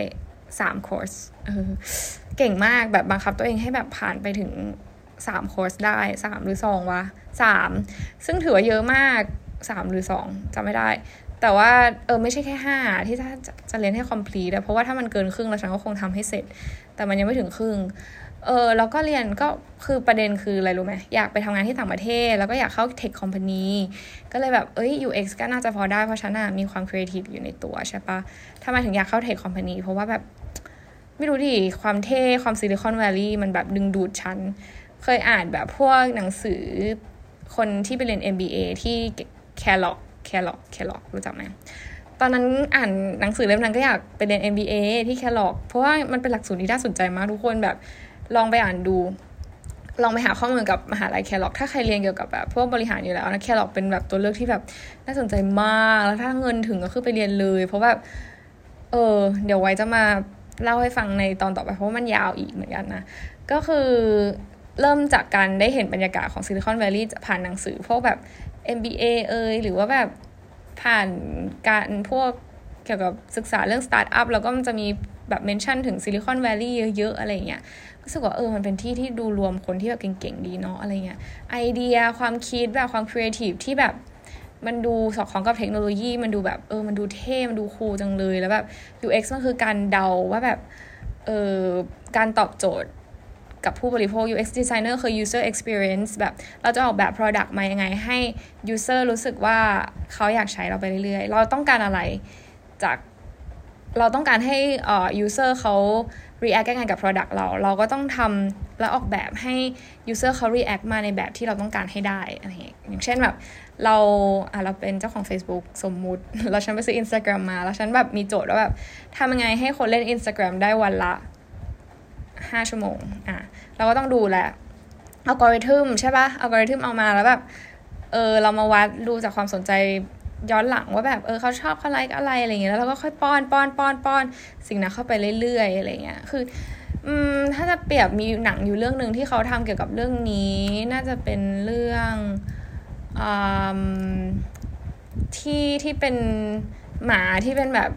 สามคอร์สเออเก่งมากแบบบังคับตัวเองให้แบบผ่านไปถึงสามคอร์สได้สามหรือสองวะสามซึ่งถือว่าเยอะมากสามหรือสองจำไม่ได้แต่ว่าเออไม่ใช่แค่ห้าที่ถ้าจะจะเรียนให้ complete เพราะว่าถ้ามันเกินครึ่งแล้วฉันก็คงทำให้เสร็จแต่มันยังไม่ถึงครึ่งเออแล้วก็เรียนก็คือประเด็นคืออะไรรู้ไหมอยากไปทำงานที่ต่างประเทศแล้วก็อยากเข้า tech company ก็เลยแบบเอ้ย ยู เอ็กซ์ ก็น่าจะพอได้เพราะฉันน่ะมีความ creative อยู่ในตัวใช่ปะทำไมถึงอยากเข้า tech company เพราะว่าแบบไม่รู้ดิความเท่ความซิลิคอนแวลลีย์มันแบบดึงดูดฉันเคยอ่านแบบพวกหนังสือคนที่ไปเรียน เอ็ม บี เอ ที่แคลล็อกแคลล็อกแคลล็อกรู้จักไหมตอนนั้นอ่านหนังสือเล่มนั้นก็อยากไปเรียน เอ็ม บี เอ ที่แคลล็อกเพราะว่ามันเป็นหลักสูตรที่น่าสนใจมากทุกคนแบบลองไปอ่านดูลองไปหาข้อมูลกับมหาลัยแคลล็อกถ้าใครเรียนเกี่ยวกับแบบพวกบริหารอยู่แล้วนะแคลล็อกเป็นแบบตัวเลือกที่แบบน่าสนใจมากแล้วถ้าเงินถึงก็คือไปเรียนเลยเพราะแบบเออเดี๋ยวไว้จะมาเล่าให้ฟังในตอนต่อไปเพราะว่ามันยาวอีกเหมือนกันนะก็คือเริ่มจากการได้เห็นบรรยากาศของซิลิคอนแวลลีย์ผ่านหนังสือพวกแบบ เอ็ม บี เอ เอ่ยหรือว่าแบบผ่านการพวกเกี่ยวกับศึกษาเรื่องสตาร์ทอัพแล้วก็มันจะมีแบบเมนชั่นถึงซิลิคอนแวลลีย์เยอะๆอะไรเงี้ยรู้สึกว่าเออมันเป็นที่ที่ดูรวมคนที่แบบเก่งๆดีเนาะอะไรเงี้ยไอเดียความคิดแบบความครีเอทีฟที่แบบมันดูสอดคล้องกับเทคโนโลยีมันดูแบบเออมันดูเท่มันดูคูลจังเลยแล้วแบบ ยู เอ็กซ์ มันคือการเดาว่าแบบเออการตอบโจทย์กับผู้บริโภค ยู เอ็กซ์ designer คือ user experience แบบเราจะออกแบบ product มายังไงให้ user รู้สึกว่าเขาอยากใช้เราไปเรื่อยๆเราต้องการอะไรจากเราต้องการให้เอ่อ user เขา react ยังไงกับ product เราเราก็ต้องทำและออกแบบให้ user เขา react มาในแบบที่เราต้องการให้ได้อะไรอย่างเงี้ยอย่างเช่นแบบเราอ่ะเราเป็นเจ้าของ Facebook สมมุติแล้วฉันไปซื้อ Instagram มาแล้วฉันแบบมีโจทย์ว่าแบบทำยังไงให้คนเล่น Instagram ได้วันละห้าชั่วโมงอ่ะเราก็ต้องดูแหละอัลกอริทึมใช่ป่ะอัลกอริทึมเอามาแล้วแบบเออเรามาวัดดูจากความสนใจย้อนหลังว่าแบบเออเขาชอบเขาไลค์อะไรอะไรเงี้ยแล้วเราก็ค่อยป้อนป้อนป้อนป้อนสิ่งนั้นเข้าไปเรื่อยๆอะไรเงี้ยคืออืมถ้าจะเปรียบมีหนังอยู่เรื่องนึงที่เขาทำเกี่ยวกับเรื่องนี้น่าจะเป็นเรื่องอ่าที่ที่เป็นหมาที่เป็นแบบ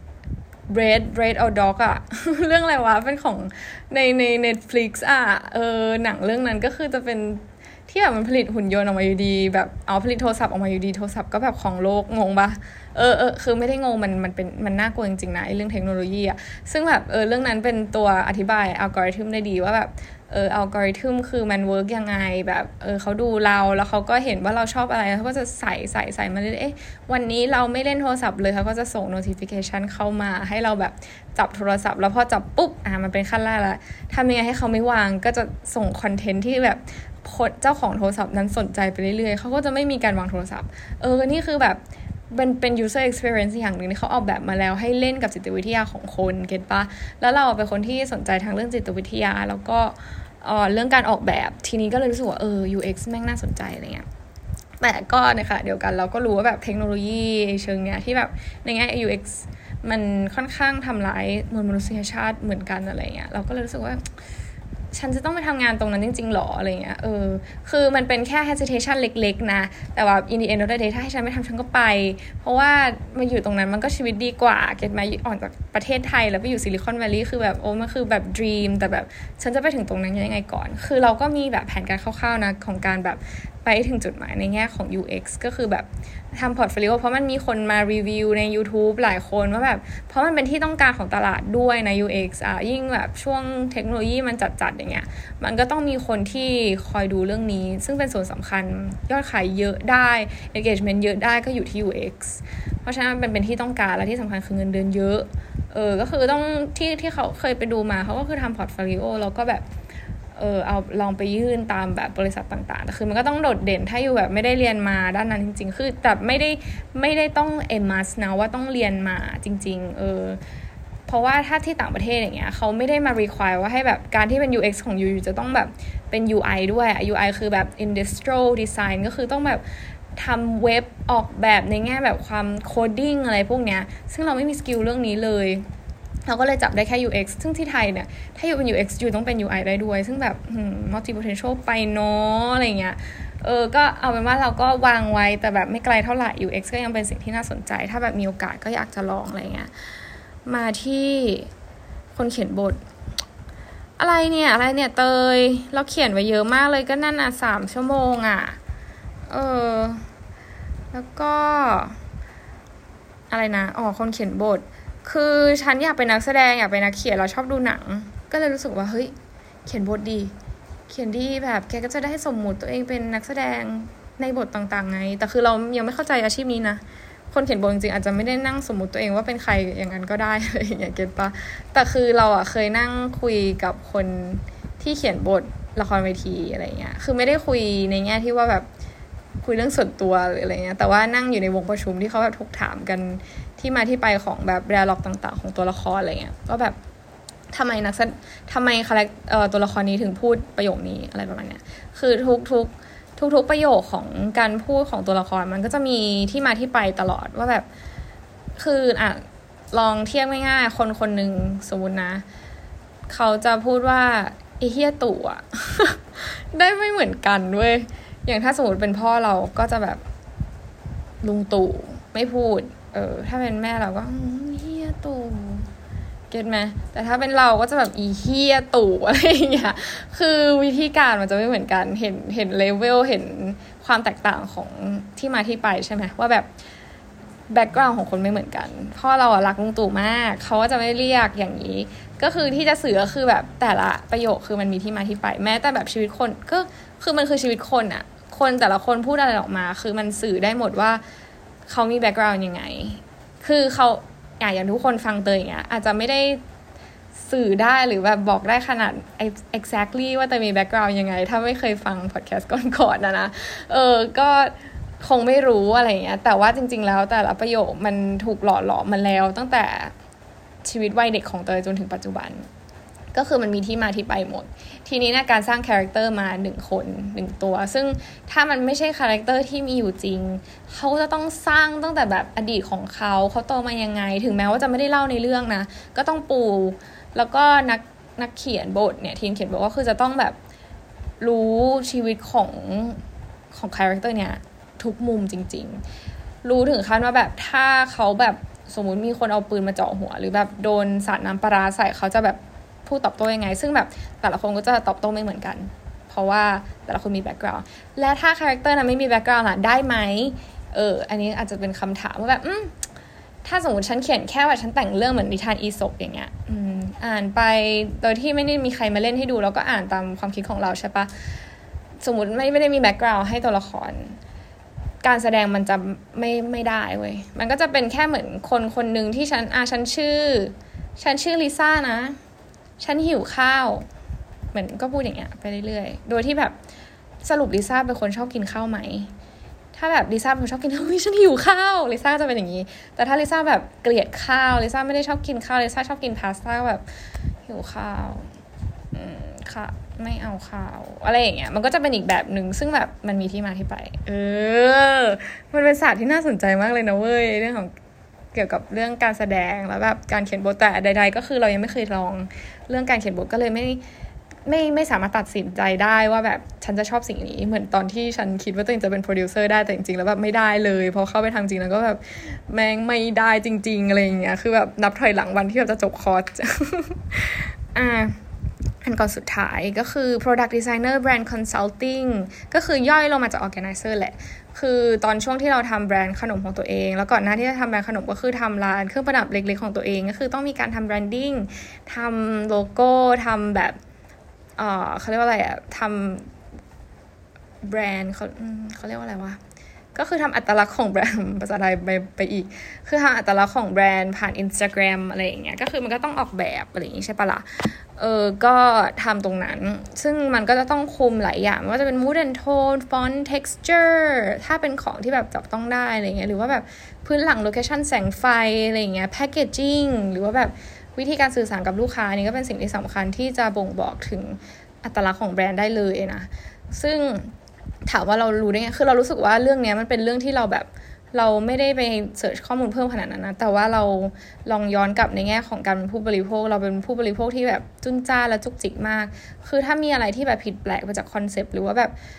bread bread or dog อะ เรื่องอะไรวะเป็นของในใน Netflix อะเออหนังเรื่องนั้นก็คือจะเป็นที่แบบมันผลิตหุ่นยนต์ออกมาอยู่ดีแบบเอาผลิตโทรศัพท์ออกมาอยู่ดีโทรศัพท์ก็แบบของโลกงงปะเออเออคือไม่ได้งงมันมันเป็นมันน่ากลัวจริงๆนะไอ้เรื่องเทคโนโลยีอะซึ่งแบบเออเรื่องนั้นเป็นตัวอธิบายอัลกอริทึมได้ดีว่าแบบเอออัลกอริทึมคือมันเวิร์กยังไงแบบเออเขาดูเราแล้วเขาก็เห็นว่าเราชอบอะไรเขาก็จะใส่ใส่ใส่มาเรื่อยๆเอ๊ะวันนี้เราไม่เล่นโทรศัพท์เลยเขาก็จะส่ง notification เข้ามาให้เราแบบจับโทรศัพท์แล้วพอจับปุ๊บอ่ะมันเป็นขั้นแรกแล้วทำยังไงให้เขาไม่วางก็จะส่งคอนเทนต์ที่แบบเจ้าของโทรศัพท์นั้นสนใจไปเรื่อยๆเขาก็จะไม่มีการวางโทรศัพท์เออนี่คือแบบเป็นเป็น user experience อย่างหนึ่งที่เขาออกแบบมาแล้วให้เล่นกับจิตวิทยาของคนเก็ทปะแล้วเราเป็นคนที่สนใจทางเรื่องจิตวิทยาแล้วก็เอ่อเรื่องการออกแบบทีนี้ก็เลยรู้สึกว่าเออ ยู เอ็กซ์ แม่งน่าสนใจอะไรเงี้ยแต่ก็นะคะเดียวกันเราก็รู้ว่าแบบเทคโนโลยีเชิงเนี้ยที่แบบในแง่ ยู เอ็กซ์ มันค่อนข้างทำร้ายมวลมนุษยชาติเหมือนกันอะไรเงี้ยเราก็เลยรู้สึกว่าฉันจะต้องไปทำงานตรงนั้นจริงๆหรออะไรเงี้ยเออคือมันเป็นแค่ hesitation เล็กๆนะแต่ว่า in the end of the day ถ้าให้ฉันไม่ทำฉันก็ไปเพราะว่ามาอยู่ตรงนั้นมันก็ชีวิตดีกว่าเก็ทมาออกจากประเทศไทยแล้วไปอยู่ซิลิคอนแวลลีย์คือแบบโอ้มันคือแบบ dream แต่แบบฉันจะไปถึงตรงนั้นยังไงก่อนคือเราก็มีแบบแผนการคร่าวๆนะของการแบบไปถึงจุดหมายในแง่ของ ยู เอ็กซ์ ก็คือแบบทำพอร์ตโฟลิโอเพราะมันมีคนมารีวิวใน YouTube หลายคนว่าแบบเพราะมันเป็นที่ต้องการของตลาดด้วยใน ยู เอ็กซ์ อ่ะยิ่งแบบช่วงเทคโนโลยีมันจัดๆอย่างเงี้ยมันก็ต้องมีคนที่คอยดูเรื่องนี้ซึ่งเป็นส่วนสำคัญยอดขายเยอะได้ engagement เยอะได้ก็อยู่ที่ ยู เอ็กซ์ เพราะฉะนั้นมันเป็นที่ต้องการและที่สำคัญคือเงินเดือนเยอะเออก็คือต้องที่ที่เขาเคยไปดูมาเขาก็คือทำพอร์ตโฟลิโอแล้วก็แบบเออเอาลองไปยื่นตามแบบบริษัทต่างๆแต่คือมันก็ต้องโดดเด่นถ้าอยู่แบบไม่ได้เรียนมาด้านนั้นจริงๆคือแต่ไม่ได้ไม่ได้ต้องเอ็มมัสนะว่าต้องเรียนมาจริงๆเออเพราะว่าถ้าที่ต่างประเทศอย่างเงี้ยเขาไม่ได้มา require ว่าให้แบบการที่เป็น ยู เอ็กซ์ ของ ยู จะต้องแบบเป็น ยู ไอ ด้วย ยู ไอ คือแบบ industrial design ก็คือต้องแบบทำเว็บออกแบบในแง่แบบความโคดดิ้งอะไรพวกเนี้ยซึ่งเราไม่มีสกิลเรื่องนี้เลยเราก็เลยจับได้แค่ ยู เอ็กซ์ ซึ่งที่ไทยเนี่ยถ้าอยู่เป็น ยู เอ็กซ์ อยู่ต้องเป็น ยู ไอ ได้ด้วยซึ่งแบบ multi potential ไปเนาะอะไรเงี้ยเออก็เอาเป็นว่าเราก็วางไว้แต่แบบไม่ไกลเท่าไหร่ ยู เอ็กซ์ ก็ยังเป็นสิ่งที่น่าสนใจถ้าแบบมีโอกาสก็อยากจะลองอะไรเงี้ยมาที่คนเขียนบทอะไรเนี่ยอะไรเนี่ยเตยเราเขียนไว้เยอะมากเลยก็นั่นอ่ะสามชั่วโมงอ่ะเออแล้วก็อะไรนะอ๋อคนเขียนบทคือฉันอยากเป็นนักแสดงอยากเป็นนักเขียนเราชอบดูหนังก็เลยรู้สึกว่าเฮ้ยเขียนบทดีเขียนดีแบบแกก็จะได้สมมุติตัวเองเป็นนักแสดงในบทต่างๆไงแต่คือเรายังไม่เข้าใจอาชีพนี้นะคนเขียนบทจริงๆอาจจะไม่ได้นั่งสมมุติตัวเองว่าเป็นใครอย่างนั้นก็ได้อะไรอย่างเงี้ยเก็ทปะแต่คือเราอ่ะเคยนั่งคุยกับคนที่เขียนบทละครเวทีอะไรเงี้ยคือไม่ได้คุยในแง่ที่ว่าแบบคุยเรื่องส่วนตัวหรืออะไรเงี้ยแต่ว่านั่งอยู่ในวงประชุมที่เขาแบบถกถามกันที่มาที่ไปของแบบแดร์ล็อกต่างๆของตัวละครอะไรเงี้ยว่าแบบทำไมนักแสดงทำไมคาแรคเอ่อตัวละครนี้ถึงพูดประโยคนี้อะไรประมาณเนี้ยคือทุกๆทุกๆประโยคของการพูดของตัวละครมันก็จะมีที่มาที่ไปตลอดว่าแบบคืออ่ะลองเทียบง่ายๆคนคนหนึ่งสมมุตินะเขาจะพูดว่าไอ้เหี้ยตู่อ่ะ ได้ไม่เหมือนกันเว้ยอย่างถ้าสมมติเป็นพ่อเราก็จะแบบลุงตู่ไม่พูดเออถ้าเป็นแม่เราก็เหี้ยตู่เก็ทไหมแต่ถ้าเป็นเราก็จะแบบอีเหี้ยตู่อะไรอย่างเงี้ยคือวิธีการมันจะไม่เหมือนกันเห็นเห็นเลเวลเห็นความแตกต่างของที่มาที่ไปใช่ไหมว่าแบบแบ็คกราวด์ของคนไม่เหมือนกันพ่อเราอะรักลุงตู่มากเขาก็จะไม่เรียกอย่างนี้ก็คือที่จะสื่อก็คือแบบแต่ละประโยคคือมันมีที่มาที่ไปแม้แต่แบบชีวิตคนก็คือมันคือชีวิตคนอะคนแต่ละคนพูดอะไรออกมาคือมันสื่อได้หมดว่าเขามีแบ็คกราวด์ยังไงคือเขาอย่างทุกคนฟังเตยอย่างเงี้ยอาจจะไม่ได้สื่อได้หรือแบบบอกได้ขนาด exactly ว่าเตยมีแบ็คกราวด์ยังไงถ้าไม่เคยฟังพอดแคสต์ก่อนๆนะนะเออก็คงไม่รู้อะไรเงี้ยแต่ว่าจริงๆแล้วแต่ละประโยคมันถูกหล่อหลอมมาแล้วตั้งแต่ชีวิตวัยเด็กของเตยจนถึงปัจจุบันก็คือมันมีที่มาที่ไปหมดทีนี้นะการสร้างคาแรคเตอร์มาหนึ่งคนหนึ่งตัวซึ่งถ้ามันไม่ใช่คาแรคเตอร์ที่มีอยู่จริงเขาจะต้องสร้างตั้งแต่แบบอดีตของเขาเขาโตมายังไงถึงแม้ว่าจะไม่ได้เล่าในเรื่องนะก็ต้องปูแล้วก็นักนักเขียนบทเนี่ยทีมเขียนบทก็คือจะต้องแบบรู้ชีวิตของของคาแรคเตอร์เนี่ยทุกมุมจริงๆรู้ถึงขั้นว่าแบบถ้าเขาแบบสมมุติมีคนเอาปืนมาเจาะหัวหรือแบบโดนสาดน้ำปลาใส่เขาจะแบบพูดตอบโต้ยังไงซึ่งแบบแต่ละคนก็จะตอบโต้ไม่เหมือนกันเพราะว่าแต่ละคนมีแบ็คกราวด์และถ้าคาแรคเตอร์นั้นไม่มีแบ็คกราวด์ล่ะได้ไหมเอออันนี้อาจจะเป็นคำถามว่าแบบอืมถ้าสมมติฉันเขียนแค่ว่าฉันแต่งเรื่องเหมือนนิทานอีสปอย่างเงี้ยอืมอ่านไปโดยที่ไม่ได้มีใครมาเล่นให้ดูแล้วก็อ่านตามความคิดของเราใช่ปะสมมติไม่ไม่ได้มีแบ็คกราวด์ให้ตัวละครการแสดงมันจะไม่ไม่ได้เว้ยมันก็จะเป็นแค่เหมือนคนคนนึงที่ฉันอ่ะฉันชื่อฉันชื่อลิซ่านะฉันหิวข้าวเหมือนก็พูดอย่างเงี้ยไปเรื่อยๆโดยที่แบบสรุปลิซ่าเป็นคนชอบกินข้าวไหมถ้าแบบลิซ่าเป็นคนชอบกินข้าวฉันหิวข้าวลิซ่าจะเป็นอย่างนี้แต่ถ้าลิซ่าแบบเกลียดข้าวลิซ่าไม่ได้ชอบกินข้าวลิซ่าชอบกินพาสต้าแบบหิวข้าวอืมค่ะไม่เอาข้าวอะไรอย่างเงี้ยมันก็จะเป็นอีกแบบนึงซึ่งแบบมันมีที่มาที่ไปเออมันเป็นศาสตร์ที่น่าสนใจมากเลยนะเว้ยเรื่องของเกี่ยวกับเรื่องการแสดงแล้วแบบการเขียนบทแต่ใดๆก็คือเรายังไม่เคยลองเรื่องการเขียนบทก็เลยไม่ไม่ไม่สามารถตัดสินใจได้ว่าแบบฉันจะชอบสิ่งนี้เหมือนตอนที่ฉันคิดว่าตัวเองจะเป็นโปรดิวเซอร์ได้แต่จริงๆแล้วแบบไม่ได้เลยพอเข้าไปทำจริงแล้วก็แบบแม่งไม่ได้จริงๆอะไรอย่างเงี้ยคือแบบนับถอยหลังวันที่เราจะจบคอร์ส อ่าอันก่อนสุดท้ายก็คือ product designer brand consulting ก็คือย่อยลงมาจาก organizer แหละคือตอนช่วงที่เราทำแบรนด์ขนมของตัวเองแล้วก่อนหน้าที่จะทำแบรนด์ขนมก็คือทำร้านเครื่องประดับเล็กๆของตัวเองก็คือต้องมีการทำแบรนดิ้งทำโลโก้ทำแบบเอ่อเขาเรียกว่าอะไรอะทำแบรนด์เขาเขาเรียกว่าอะไรวะก็คือทำอัตลักษณ์ของแบรนด์ภาษาไทยไปไปอีกคือทำอัตลักษณ์ของแบรนด์ผ่าน Instagram อะไรอย่างเงี้ยก็คือมันก็ต้องออกแบบอะไรอย่างงี้ใช่ปะล่ะเออก็ทำตรงนั้นซึ่งมันก็จะต้องคุมหลายอย่างไม่ว่าจะเป็น mood and tone font texture ถ้าเป็นของที่แบบจับต้องได้อะไรเงี้ยหรือว่าแบบพื้นหลัง location แสงไฟอะไรเงี้ย packaging หรือว่าแบบวิธีการสื่อสารกับลูกค้านี่ก็เป็นสิ่งที่สำคัญที่จะบ่งบอกถึงอัตลักษณ์ของแบรนด์ได้เลยนะซึ่งถามว่าเรารู้ได้ไงคือเรารู้สึกว่าเรื่องนี้มันเป็นเรื่องที่เราแบบเราไม่ได้ไปเสิร์ชข้อมูลเพิ่มขนาดนั้นนะแต่ว่าเราลองย้อนกลับในแง่ของการเป็นผู้บริโภคเราเป็นผู้บริโภคที่แบบจุ้นจ้าและจุกจิกมากคือถ้ามีอะไรที่แบบผิดแปลกไปจากคอนเซปต์หรือว่าแบบ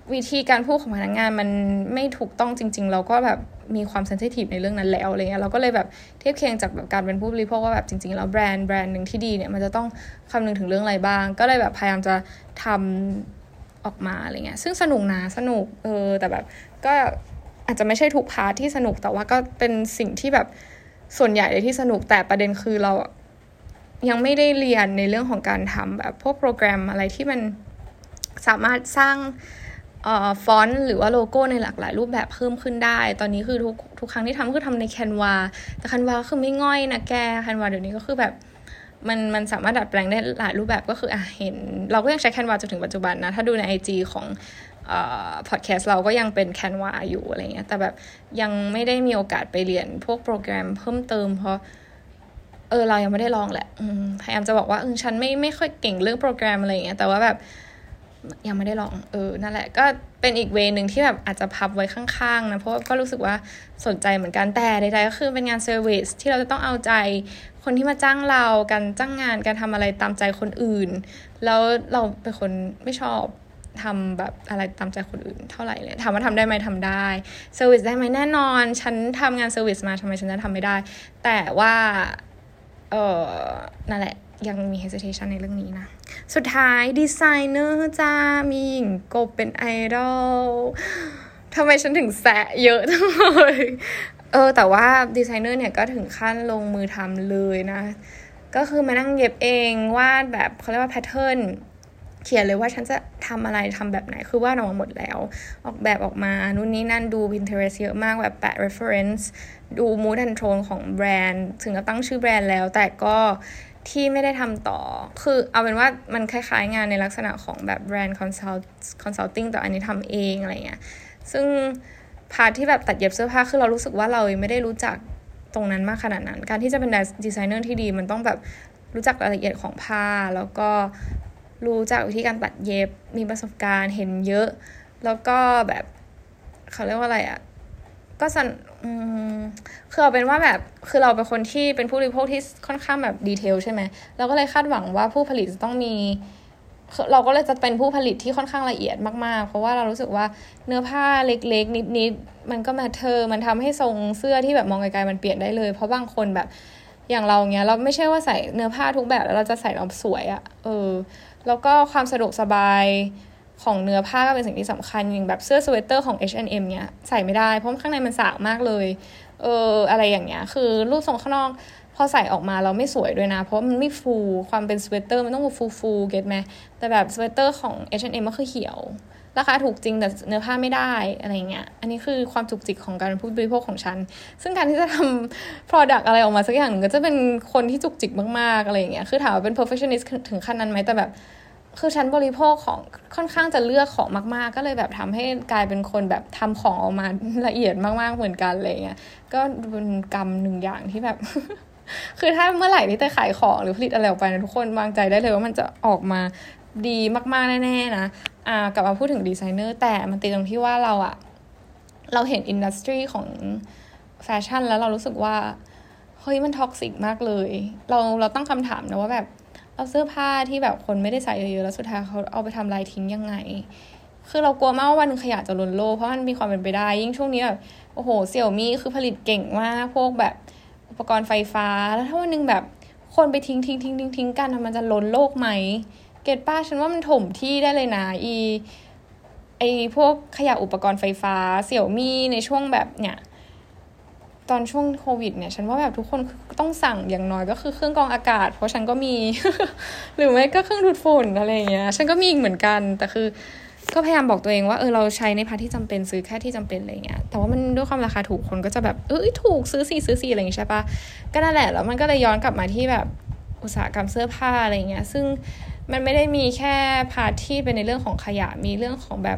วิธีการพูดของพนักงานมันไม่ถูกต้องจริงๆเราก็แบบมีความเซนซิทีฟในเรื่องนั้นแล้วอะไรเงี้ยเราก็เลยแบบเทียบเคียงจากแบบการเป็นผู้บริโภคว่าแบบจริงๆแล้วแบรนด์แบรนด์นึงที่ดีเนี่ยมันจะต้องคำนึงถึงเรื่องอะไรบ้างก็เลยแบบพยายามจะทำออกมาอะไรเงี้ยซึ่งสนุกนะสนุกเออแต่แบบก็อาจจะไม่ใช่ทุกพาร์ทที่สนุกแต่ว่าก็เป็นสิ่งที่แบบส่วนใหญ่เลยที่สนุกแต่ประเด็นคือเรายังไม่ได้เรียนในเรื่องของการทำแบบพวกโปรแกรมอะไรที่มันสามารถสร้างเอ่อฟอนต์หรือว่าโลโก้ในหลากหลายรูปแบบเพิ่มขึ้นได้ตอนนี้คือทุกทุกครั้งที่ทำคือทำใน Canva แต่ Canva คือไม่ง่อยนะแก Canva เดี๋ยวนี้ก็คือแบบมันมันสามารถดัดแปลงได้หลายรูปแบบก็คืออ่ะเห็นเราก็ยังใช้ Canva จนถึงปัจจุบันนะถ้าดูใน ไอ จี ของเอ่อ podcast เราก็ยังเป็น Canva อยู่อะไรเงี้ยแต่แบบยังไม่ได้มีโอกาสไปเรียนพวกโปรแกรมเพิ่มเติมเพราะเออเรายังไม่ได้ลองแหละพยายามจะบอกว่าเออฉันไม่ไม่ค่อยเก่งเรื่องโปรแกรมอะไรเงี้ยแต่ว่าแบบยังไม่ได้ลองเออนั่นแหละก็เป็นอีกเวย์นึงที่แบบอาจจะพับไว้ข้างๆนะเพราะก็รู้สึกว่าสนใจเหมือนกันแต่ใดๆก็คือเป็นงานเซอร์วิสที่เราจะต้องเอาใจคนที่มาจ้างเราการจ้างงานการทำอะไรตามใจคนอื่นแล้วเราเป็นคนไม่ชอบทำแบบอะไรตามใจคนอื่นเท่าไหร่เลยถามว่าทำได้ไหมทำได้เซอร์วิสได้ไหมแน่นอนฉันทำงานเซอร์วิสมาทำไมฉันจะทำไม่ได้แต่ว่าเออนั่นแหละยังมี hesitation ในเรื่องนี้นะสุดท้ายดีไซเนอร์จ้ามีหญิงกบเป็นไอดอลทำไมฉันถึงแสะเยอะจังเลยเออแต่ว่าดีไซเนอร์เนี่ยก็ถึงขั้นลงมือทำเลยนะก็คือมานั่งเย็บเองวาดแบบเขาเรียกว่าแพทเทิร์นเขียนเลยว่าฉันจะทำอะไรทำแบบไหนคือวาดออกมาหมดแล้วออกแบบออกมานู่นนี่นั่นดู Pinterest เยอะมากแบบแปะ reference ดู mood and tone ของแบรนด์ถึงกับตั้งชื่อแบรนด์แล้วแต่ก็ที่ไม่ได้ทำต่อคือเอาเป็นว่ามันคล้ายๆงานในลักษณะของแบบแบรนด์ consult consulting แต่อันนี้ทำเองอะไรเงี้ยซึ่งพาร์ทที่แบบตัดเย็บเสื้อผ้าคือเรารู้สึกว่าเราไม่ได้รู้จักตรงนั้นมากขนาดนั้นการที่จะเป็นดีไซเนอร์ที่ดีมันต้องแบบรู้จักรายละเอียดของผ้าแล้วก็รู้จักวิธีการตัดเย็บมีประสบการณ์เห็นเยอะแล้วก็แบบเขาเรียกว่าอะไรอ่ะก็สันคือเอาเป็นว่าแบบคือเราเป็นคนที่เป็นผู้บริโภคที่ค่อนข้างแบบดีเทลใช่ไหมเราก็เลยคาดหวังว่าผู้ผลิตจะต้องมีเราก็เลยจะเป็นผู้ผลิตที่ค่อนข้างละเอียดมากๆเพราะว่าเรารู้สึกว่าเนื้อผ้าเล็กๆนิดๆมันก็แมทเทอร์มันทำให้ทรงเสื้อที่แบบมองไกลๆมันเปลี่ยนได้เลยเพราะบางคนแบบอย่างเราเงี้ยเราไม่ใช่ว่าใส่เนื้อผ้าทุกแบบแล้วเราจะใส่เราสวยอะเออแล้วก็ความสะดวกสบายของเนื้อผ้าก็เป็นสิ่งที่สำคัญอย่างแบบเสื้อสเวตเตอร์ของ เอช แอนด์ เอ็ม เนี้ยใส่ไม่ได้เพราะข้างในมันสากมากเลยเอออะไรอย่างเงี้ยคือรูปทรงข้างนอกพอใส่ออกมาเราไม่สวยด้วยนะเพราะมันไม่ฟูความเป็นสเวตเตอร์มันต้องฟูฟูเก็ทไหมแต่แบบสเวตเตอร์ของ เอช แอนด์ เอ็ม ก็คือเหี่ยวราคาถูกจริงแต่เนื้อผ้าไม่ได้อะไรเงี้ยอันนี้คือความจุกจิกของการเป็นผู้บริโภคของฉันซึ่งการที่จะทำ product อะไรออกมาสักอย่างหนึ่งก็จะเป็นคนที่จุกจิกมากๆอะไรเงี้ยคือถามว่าเป็น perfectionist ถึงขั้นนั้นไหมแต่แบบคือฉันบริโภคของค่อนข้างจะเลือกของมากๆก็เลยแบบทำให้กลายเป็นคนแบบทำของออกมาละเอียดมากๆเหมือนกันอะไรเงี้ยก็เป็นกรรมหนึ่งอย่างที่แบบ คือถ้าเมื่อไหร่ที่จะขายของหรือผลิตอะไรออกไปนะทุกคนวางใจได้เลยว่ามันจะออกมาดีมากๆแน่ๆนะอ่ากลับมาพูดถึงดีไซเนอร์แต่มันติดตรงที่ว่าเราอะเราเห็นอินดัสทรีของแฟชั่นแล้วเรารู้สึกว่าเฮ้ยมันท็อกซิกมากเลยเราเราตั้งคำถามนะว่าแบบเอาเสื้อผ้าที่แบบคนไม่ได้ใส่เยอะๆแล้วสุดท้ายเขาเอาไปทำลายทิ้งยังไงคือเรากลัวมากว่าวันนึงขยะจะล้นโลกเพราะมันมีความเป็นไปได้ยิ่งช่วงนี้แบบโอ้โหเสี่ยวมี่คือผลิตเก่งมากพวกแบบอุปกรณ์ไฟฟ้าแล้วถ้าวันนึงแบบคนไปทิ้งทิ้งทิ้งทิ้งทิ้งกันมันจะล้นโลกไหมเก็ตป้าฉันว่ามันถมที่ได้เลยนะอีไอพวกขยะอุปกรณ์ไฟฟ้าเสี่ยวมี่ในช่วงแบบเนี่ยตอนช่วงโควิดเนี่ยฉันว่าแบบทุกคนต้องสั่งอย่างน้อยก็คือเครื่องกรองอากาศเพราะฉันก็มี หรือไม่ก็เครื่องดูดฝุ่นอะไรอย่างเงี้ยฉันก็มีอีกเหมือนกันแต่คือก็พยายามบอกตัวเองว่าเออเราใช้ในพาร์ทที่จำเป็นซื้อแค่ที่จำเป็นอะไรเงี้ยแต่ว่ามันด้วยความราคาถูกคนก็จะแบบเอ้ยถูกซื้อสี่ซื้อสี่อะไรอย่างเงี้ยใช่ปะก็นั่นแหละแล้วมันก็เลยย้อนกลับมาที่แบบอุตสาหกรรมเสื้อผ้าอะไรเงี้ยซึ่งมันไม่ได้มีแค่พาร์ทที่เป็นในเรื่องของขยะมีเรื่องของแบบ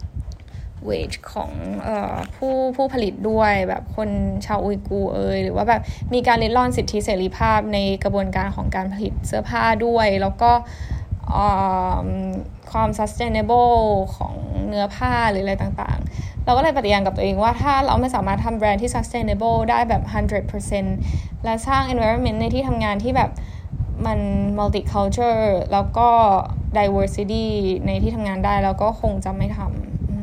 wage ของเอ่อผู้ผู้ผลิตด้วยแบบคนชาวอุยกูร์เอยหรือว่าแบบมีการริดรอนสิทธิเสรีภาพในกระบวนการของการผลิตเสื้อผ้าด้วยแล้วก็ความ sustainable ของเนื้อผ้าหรืออะไรต่างๆเราก็เลยปฏิญาณกับตัวเองว่าถ้าเราไม่สามารถทำแบรนด์ที่ sustainable ได้แบบ หนึ่งร้อยเปอร์เซ็นต์ และสร้าง environment ในที่ทำงานที่แบบมัน multicultural แล้วก็ diversity ในที่ทำงานได้แล้วก็คงจะไม่ทำ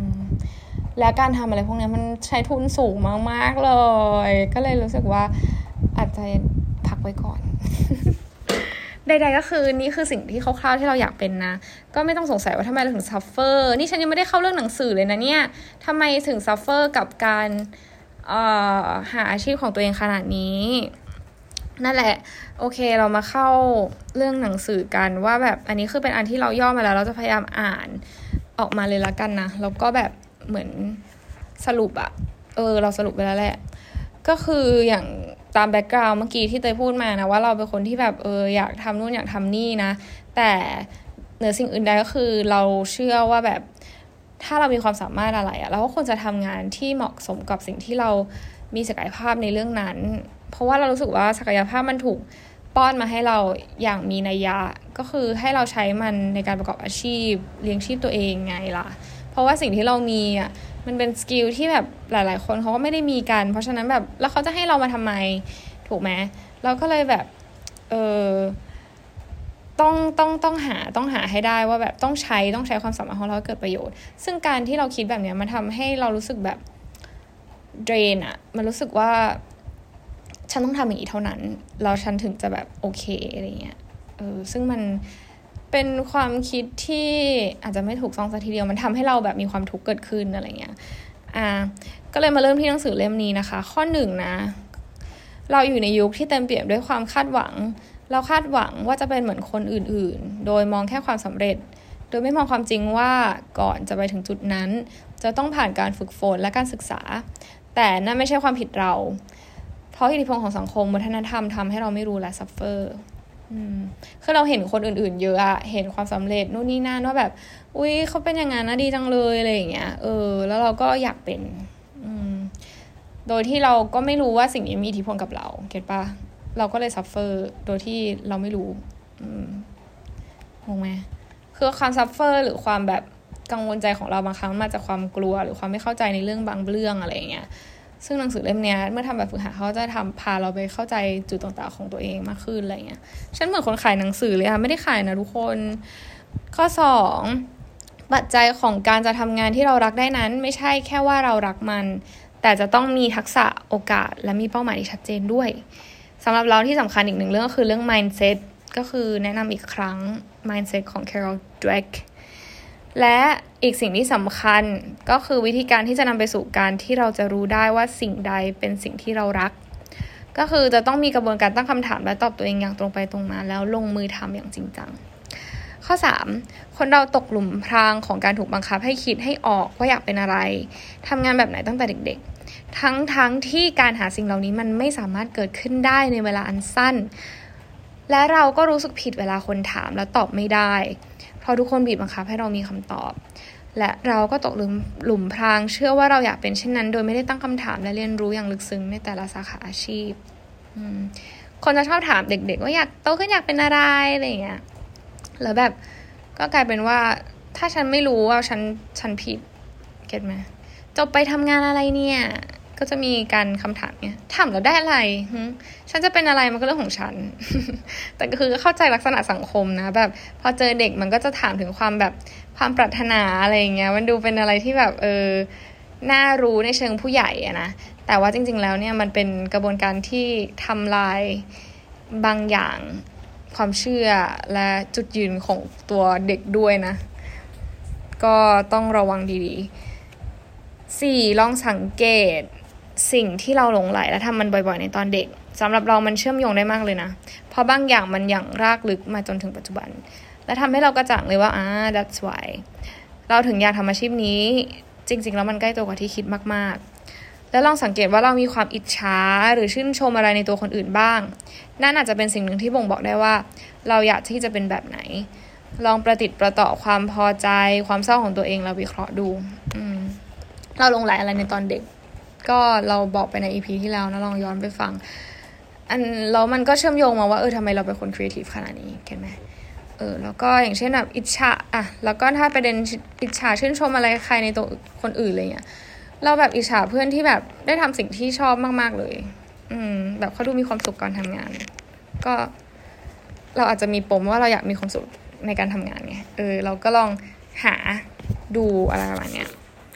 และการทำอะไรพวกนี้มันใช้ทุนสูงมากๆเลยก็เลยรู้สึกว่าอาจจะพักไว้ก่อน ใดๆก็คือนี่คือสิ่งที่คร่าวๆที่เราอยากเป็นนะก็ไม่ต้องสงสัยว่าทำไมเราถึงซัฟเฟอร์นี่ฉันยังไม่ได้เข้าเรื่องหนังสือเลยนะเนี่ยทำไมถึงซัฟเฟอร์กับการเอ่อหาอาชีพของตัวเองขนาดนี้นั่นแหละโอเคเรามาเข้าเรื่องหนังสือกันว่าแบบอันนี้คือเป็นอันที่เราย่อมาแล้วเราจะพยายามอ่านออกมาเลยละกันนะแล้วก็แบบเหมือนสรุปอะเออเราสรุปไปแล้วแหละก็คืออย่างตามแบ็กกราวด์เมื่อกี้ที่เตยพูดมานะว่าเราเป็นคนที่แบบเอออยากทำนู่นอยากทำนี่นะแต่เหนือสิ่งอื่นใดก็คือเราเชื่อว่าแบบถ้าเรามีความสามารถอะไรอะเราก็ควรจะทำงานที่เหมาะสมกับสิ่งที่เรามีศักยภาพในเรื่องนั้นเพราะว่าเรารู้สึกว่าศักยภาพมันถูกป้อนมาให้เราอย่างมีนัยยะก็คือให้เราใช้มันในการประกอบอาชีพเลี้ยงชีพตัวเองไงล่ะเพราะว่าสิ่งที่เรามีอ่ะมันเป็นสกิลที่แบบหลายๆคนเขาก็ไม่ได้มีกันเพราะฉะนั้นแบบแล้วเขาจะให้เรามาทำไมถูกไหมเราก็เลยแบบเออต้องต้องต้องหาต้องหาให้ได้ว่าแบบต้องใช้ต้องใช้ความสามารถของเราให้เกิดประโยชน์ซึ่งการที่เราคิดแบบนี้มันทำให้เรารู้สึกแบบเดรนอ่ะมันรู้สึกว่าฉันต้องทำอย่างนี้เท่านั้นแล้วฉันถึงจะแบบโอเคอะไรเงี้ยเออซึ่งมันเป็นความคิดที่อาจจะไม่ถูกต้องซะทีเดียวมันทำให้เราแบบมีความทุกข์เกิดขึ้นอะไรเงี้ยอ่าก็เลยมาเริ่มที่หนังสือเล่มนี้นะคะข้อหนึ่งนะเราอยู่ในยุคที่เต็มเปี่ยมด้วยความคาดหวังเราคาดหวังว่าจะเป็นเหมือนคนอื่นๆโดยมองแค่ความสำเร็จโดยไม่มองความจริงว่าก่อนจะไปถึงจุดนั้นจะต้องผ่านการฝึกฝนและการศึกษาแต่นั่นไม่ใช่ความผิดเราเพราะอิทธิพลของสังคมวัฒนธรรมทำให้เราไม่รู้และซัฟเฟอร์คือเราเห็นคนอื่นๆเยอะอะเห็นความสำเร็จนู่นนี่นั่นว่าแบบอุ๊ยเขาเป็นอย่างนั้นนะดีจังเลยอะไรอย่างเงี้ยเออแล้วเราก็อยากเป็นโดยที่เราก็ไม่รู้ว่าสิ่งนี้มีอิทธิพลกับเราเก็ทป่ะเราก็เลยซัฟเฟอร์โดยที่เราไม่รู้งงไหมคือความซัฟเฟอร์หรือความแบบกังวลใจของเราบางครั้งมาจากความกลัวหรือความไม่เข้าใจในเรื่องบางเรื่องอะไรอย่างเงี้ยซึ่งหนังสือเล่มนี้เมื่อทำแบบฝึกหัดเขาจะทำพาเราไปเข้าใจจุดต่างๆของตัวเองมากขึ้นอะไรเงี้ยฉันเหมือนคนขายหนังสือเลยค่ะไม่ได้ขายนะทุกคนข้อสองปัจจัยของการจะทำงานที่เรารักได้นั้นไม่ใช่แค่ว่าเรารักมันแต่จะต้องมีทักษะโอกาสและมีเป้าหมายที่ชัดเจนด้วยสำหรับเราที่สำคัญอีกหนึ่งเรื่องก็คือเรื่อง mindset ก็คือแนะนำอีกครั้ง mindset ของ Carol Dweck และอีกสิ่งที่สำคัญก็คือวิธีการที่จะนำไปสู่การที่เราจะรู้ได้ว่าสิ่งใดเป็นสิ่งที่เรารักก็คือจะต้องมีกระบวนการตั้งคำถามและตอบตัวเองอย่างตรงไปตรงมาแล้วลงมือทำอย่างจริงจังข้อสามคนเราตกหลุมพรางของการถูกบังคับให้คิดให้ออกว่าอยากเป็นอะไรทำงานแบบไหนตั้งแต่เด็กๆทั้งทั้งที่การหาสิ่งเหล่านี้มันไม่สามารถเกิดขึ้นได้ในเวลาอันสั้นและเราก็รู้สึกผิดเวลาคนถามและตอบไม่ได้เพราะทุกคนบีบบังคับให้เรามีคำตอบและเราก็ตกหลุมหลุมพรางเชื่อว่าเราอยากเป็นเช่นนั้นโดยไม่ได้ตั้งคำถามและเรียนรู้อย่างลึกซึ้งในแต่ละสาขาอาชีพคนจะชอบถามเด็กๆว่าอยากโตขึ้นอยากเป็นอะไรอะไรอย่างเงี้ยแล้วแบบก็กลายเป็นว่าถ้าฉันไม่รู้ว่าฉันฉันผิดเก็ทไหมจบไปทำงานอะไรเนี่ยก็จะมีการคำถามเนี่ยถามแล้วได้อะไรฉันจะเป็นอะไรมันก็เรื่องของฉัน แต่ก็คือเข้าใจลักษณะสังคมนะแบบพอเจอเด็กมันก็จะถามถึงความแบบความปรารถนาอะไรอย่างเงี้ยมันดูเป็นอะไรที่แบบเออน่ารู้ในเชิงผู้ใหญ่อะนะแต่ว่าจริงๆแล้วเนี่ยมันเป็นกระบวนการที่ทำลายบางอย่างความเชื่อและจุดยืนของตัวเด็กด้วยนะก็ต้องระวังดีๆสี่ลองสังเกตสิ่งที่เราหลงใหลและทำมันบ่อยๆในตอนเด็กสำหรับเรามันเชื่อมโยงได้มากเลยนะเพราะบางอย่างมันอย่างรากลึกมาจนถึงปัจจุบันและทำให้เรากระจ่างเลยว่าอ่า that's why เราถึงอยากทำอาชีพนี้จริงๆแล้วมันใกล้ตัวกว่าที่คิดมากๆแล้วลองสังเกตว่าเรามีความอิจฉาหรือชื่นชมอะไรในตัวคนอื่นบ้างนั่นอาจจะเป็นสิ่งหนึ่งที่บ่งบอกได้ว่าเราอยากที่จะเป็นแบบไหนลองประติดประต่อความพอใจความเศร้าของตัวเองเราวิเคราะห์ดูอืมเราหลงใหลอะไรในตอนเด็กก็เราบอกไปใน อี พี ที่แล้วนะลองย้อนไปฟังอันแล้วมันก็เชื่อมโยงมาว่าเออทำไมเราเป็นคนครีเอทีฟขนาดนี้เห็นไหมเออแล้วก็อย่างเช่นแบบอิจฉาอ่ะแล้วก็ถ้าประเด็นอิจฉาชื่นชมอะไรใครในตัวคนอื่นอะไรเงี้ยเราแบบอิจฉาเพื่อนที่แบบได้ทำสิ่งที่ชอบมากๆเลยอืมแบบเขาดูมีความสุขก่อนทำงานก็เราอาจจะมีปมว่าเราอยากมีความสุขในการทำงานไงเออเราก็ลองหาดูอะไรประมาณเนี้ย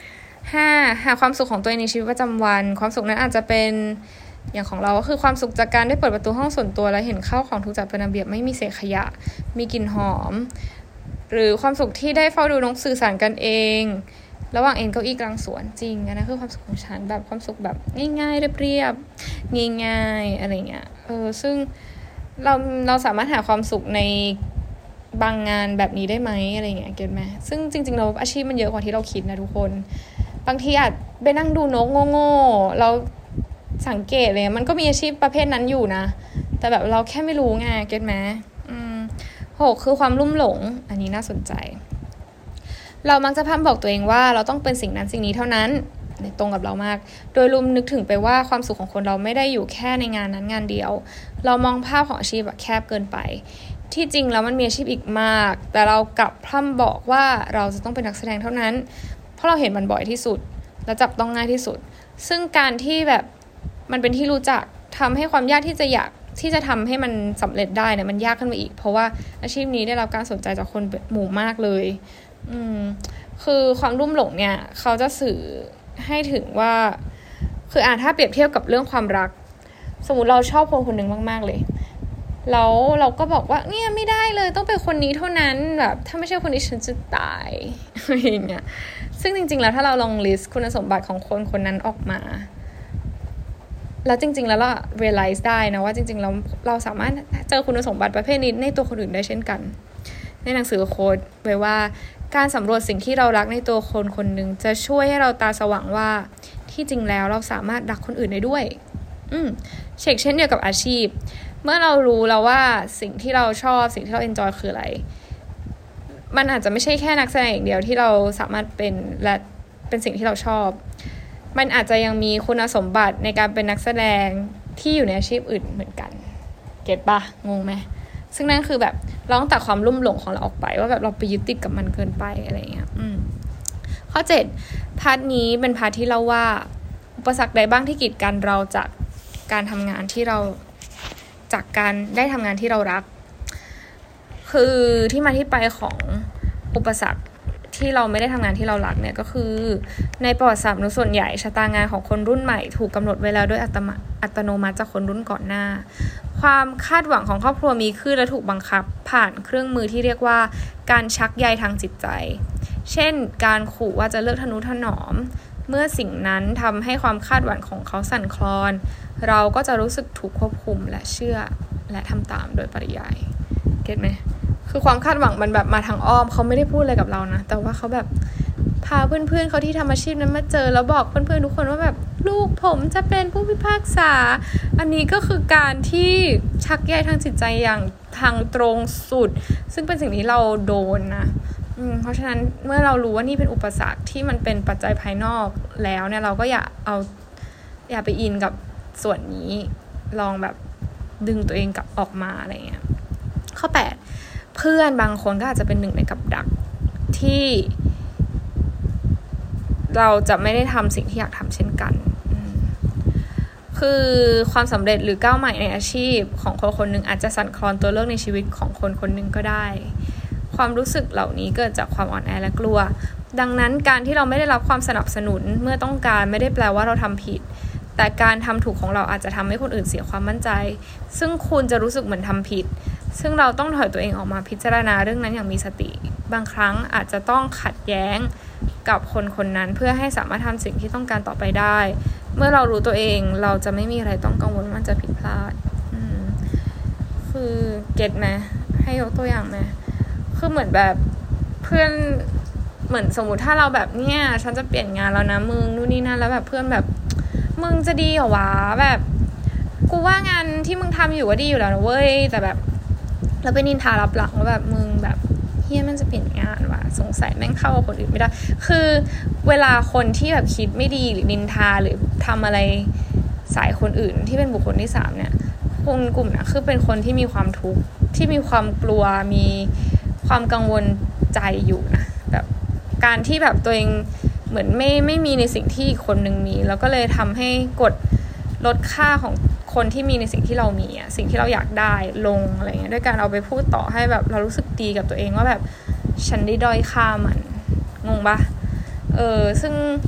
ห้าหาความสุขของตัวเองในชีวิตประจำวันความสุขนั้นอาจจะเป็นอย่างของเราก็คือความสุขจากการได้เปิดประตูห้องส่วนตัวและเห็นข้าวของถูกจัดเป็นระเบียบไม่มีเศษขยะมีกลิ่นหอมหรือความสุขที่ได้เฝ้าดูนกสื่อสารกันเองระหว่างเอ็นเก้าอี้กลางสวนจริงอันนั้นคือความสุขของฉันแบบความสุขแบบง่ายๆเรียบๆง่ายๆอะไรเงี้ยเออซึ่งเราเราสามารถหาความสุขในบางงานแบบนี้ได้ไหมอะไรเงี้ยเก็ทไหมซึ่งจริงๆเราอาชีพมันเยอะกว่าที่เราคิดนะทุกคนบางทีอาจไปนั่งดูนกโง่ๆเราสังเกตเลยมันก็มีอาชีพประเภทนั้นอยู่นะแต่แบบเราแค่ไม่รู้ไงเก็ทไหมอืมหกคือความลุ่มหลงอันนี้น่าสนใจเรามักจะพร่ำบอกตัวเองว่าเราต้องเป็นสิ่งนั้นสิ่งนี้เท่านั้นตรงกับเรามากโดยรวมนึกถึงไปว่าความสุขของคนเราไม่ได้อยู่แค่ในงานนั้นงานเดียวเรามองภาพของอาชีพแบบแคบเกินไปที่จริงแล้วมันมีอาชีพอีกมากแต่เรากลับพร่ำบอกว่าเราจะต้องเป็นนักแสดงเท่านั้นเพราะเราเห็นมันบ่อยที่สุดและจับต้องง่ายที่สุดซึ่งการที่แบบมันเป็นที่รู้จักทำให้ความยากที่จะอยากที่จะทำให้มันสำเร็จได้เนี่ยมันยากขึ้นมาอีกเพราะว่าอาชีพนี้ได้รับการสนใจจากคนหมู่มากเลยอืมคือความลุ่มหลงเนี่ยเขาจะสื่อให้ถึงว่าคืออ่าถ้าเปรียบเทียบกับเรื่องความรักสมมุติเราชอบคนคนหนึ่งมากๆเลยแล้วเราก็บอกว่าเนี่ยไม่ได้เลยต้องเป็นคนนี้เท่านั้นแบบถ้าไม่ใช่คนนี้ฉันจะตายอะไรอย่างเงี้ยซึ่งจริงๆแล้วถ้าเราลองลิสต์คุณสมบัติของคนคนนั้นออกมาแล้วจริงๆแล้วเรา realize ได้นะว่าจริงๆเราเราสามารถเจอคุณสมบัติประเภทนี้ในตัวคนอื่นได้เช่นกันในหนังสือโค้ดไว้ว่าการสำรวจสิ่งที่เรารักในตัวคนคนหนึ่งจะช่วยให้เราตาสว่างว่าที่จริงแล้วเราสามารถรักคนอื่นได้ด้วยอืมเช่นเช่นเดียวกับอาชีพเมื่อเรารู้แล้วว่าสิ่งที่เราชอบสิ่งที่เรา enjoy คืออะไรมันอาจจะไม่ใช่แค่นักแสดงอย่างเดียวที่เราสามารถเป็นและเป็นสิ่งที่เราชอบมันอาจจะยังมีคุณสมบัติในการเป็นนักแสดงที่อยู่ในอาชีพอื่นเหมือนกันเก็ทป่ะงงไหมซึ่งนั่นคือแบบเราต้องตัดความลุ่มหลงของเราออกไปว่าแบบเราไปยึดติดกับมันเกินไปอะไรเงี้ยอืมข้อเจ็ดพาร์ทนี้เป็นพาร์ทที่เล่าว่าอุปสรรคใดบ้างที่กีดกันเราจากการทำงานที่เราจากการได้ทำงานที่เรารักคือที่มาที่ไปของอุปสรรคที่เราไม่ได้ทำงานที่เรารักเนี่ยก็คือในประวัติศาสตร์ส่วนใหญ่ชะตางานของคนรุ่นใหม่ถูกกำหนดไว้แล้วด้วยอัตโนมัติจากคนรุ่นก่อนหน้าความคาดหวังของครอบครัวมีขึ้นและถูกบังคับผ่านเครื่องมือที่เรียกว่าการชักใยทางจิตใจเช่นการขู่ว่าจะเลิกทนุถนอมเมื่อสิ่งนั้นทำให้ความคาดหวังของเขาสั่นคลอนเราก็จะรู้สึกถูกควบคุมและเชื่อและทำตามโดยปริยายเก็ทไหมคือความคาดหวังมันแบบมาทางอ้อมเขาไม่ได้พูดอะไรกับเรานะแต่ว่าเขาแบบพาเพื่อนๆเขาที่ทำอาชีพนั้นมาเจอแล้วบอกเพื่อนๆทุกคนว่าแบบลูกผมจะเป็นผู้พิพากษาอันนี้ก็คือการที่ชักใยทางจิตใจอย่างทางตรงสุดซึ่งเป็นสิ่งที่เราโดนนะอืมเพราะฉะนั้นเมื่อเรารู้ว่านี่เป็นอุปสรรคที่มันเป็นปัจจัยภายนอกแล้วเนี่ยเราก็อย่าเอาอย่าไปอินกับส่วนนี้ลองแบบดึงตัวเองกลับออกมาอะไรเงี้ยข้อแปดเพื่อนบางคนก็อาจจะเป็นหนึ่งในกับดักที่เราจะไม่ได้ทำสิ่งที่อยากทำเช่นกันคือความสำเร็จหรือก้าวใหม่ในอาชีพของคนคนหนึ่งอาจจะสั่นคลอนตัวเลือกในชีวิตของคนคนหนึ่งก็ได้ความรู้สึกเหล่านี้เกิดจากความอ่อนแอและกลัวดังนั้นการที่เราไม่ได้รับความสนับสนุนเมื่อต้องการไม่ได้แปลว่าเราทำผิดแต่การทำถูกของเราอาจจะทำให้คนอื่นเสียความมั่นใจซึ่งคุณจะรู้สึกเหมือนทำผิดซึ่งเราต้องถอยตัวเองออกมาพิจารณาเรื่องนั้นอย่างมีสติบางครั้งอาจจะต้องขัดแย้งกับคนคนนั้นเพื่อให้สามารถทำสิ่งที่ต้องการต่อไปได้เมื่อเรารู้ตัวเองเราจะไม่มีอะไรต้องกังวลว่ามันจะผิดพลาดอืมคือเก็ทไหมให้ยกตัวอย่างไหมคือเหมือนแบบเพื่อนเหมือนสมมุติถ้าเราแบบเนี่ยฉันจะเปลี่ยนงานแล้วนะมึงนู่นนี่นั่นแล้วแบบเพื่อนแบบมึงจะดีเหรอวะแบบกูว่างานที่มึงทำอยู่ก็ดีอยู่แล้วนะเว้ยแต่แบบแล้วไปนินทารับหลังว่าแบบมึงแบบเฮียมันจะเปลี่ยนงานว่ะสงสัยแม่งเข้ากับคนอื่นไม่ได้คือเวลาคนที่แบบคิดไม่ดีหรือนินทาหรือทำอะไรสายคนอื่นที่เป็นบุคคลที่สามเนี่ยคนกลุ่มนะคือเป็นคนที่มีความทุกข์ที่มีความกลัวมีความกังวลใจอยู่นะแบบการที่แบบตัวเองเหมือนไม่ไม่มีในสิ่งที่คนนึงมีแล้วก็เลยทำให้กดลดค่าของคนที่มีในสิ่งที่เรามีอะสิ่งที่เราอยากได้ลงอะไรเงี้ยด้วยการเอาไปพูดต่อให้แบบเรารู้สึกดีกับตัวเองว่าแบบฉันได้ด้อยค่ามันงงปะเออซึ่ง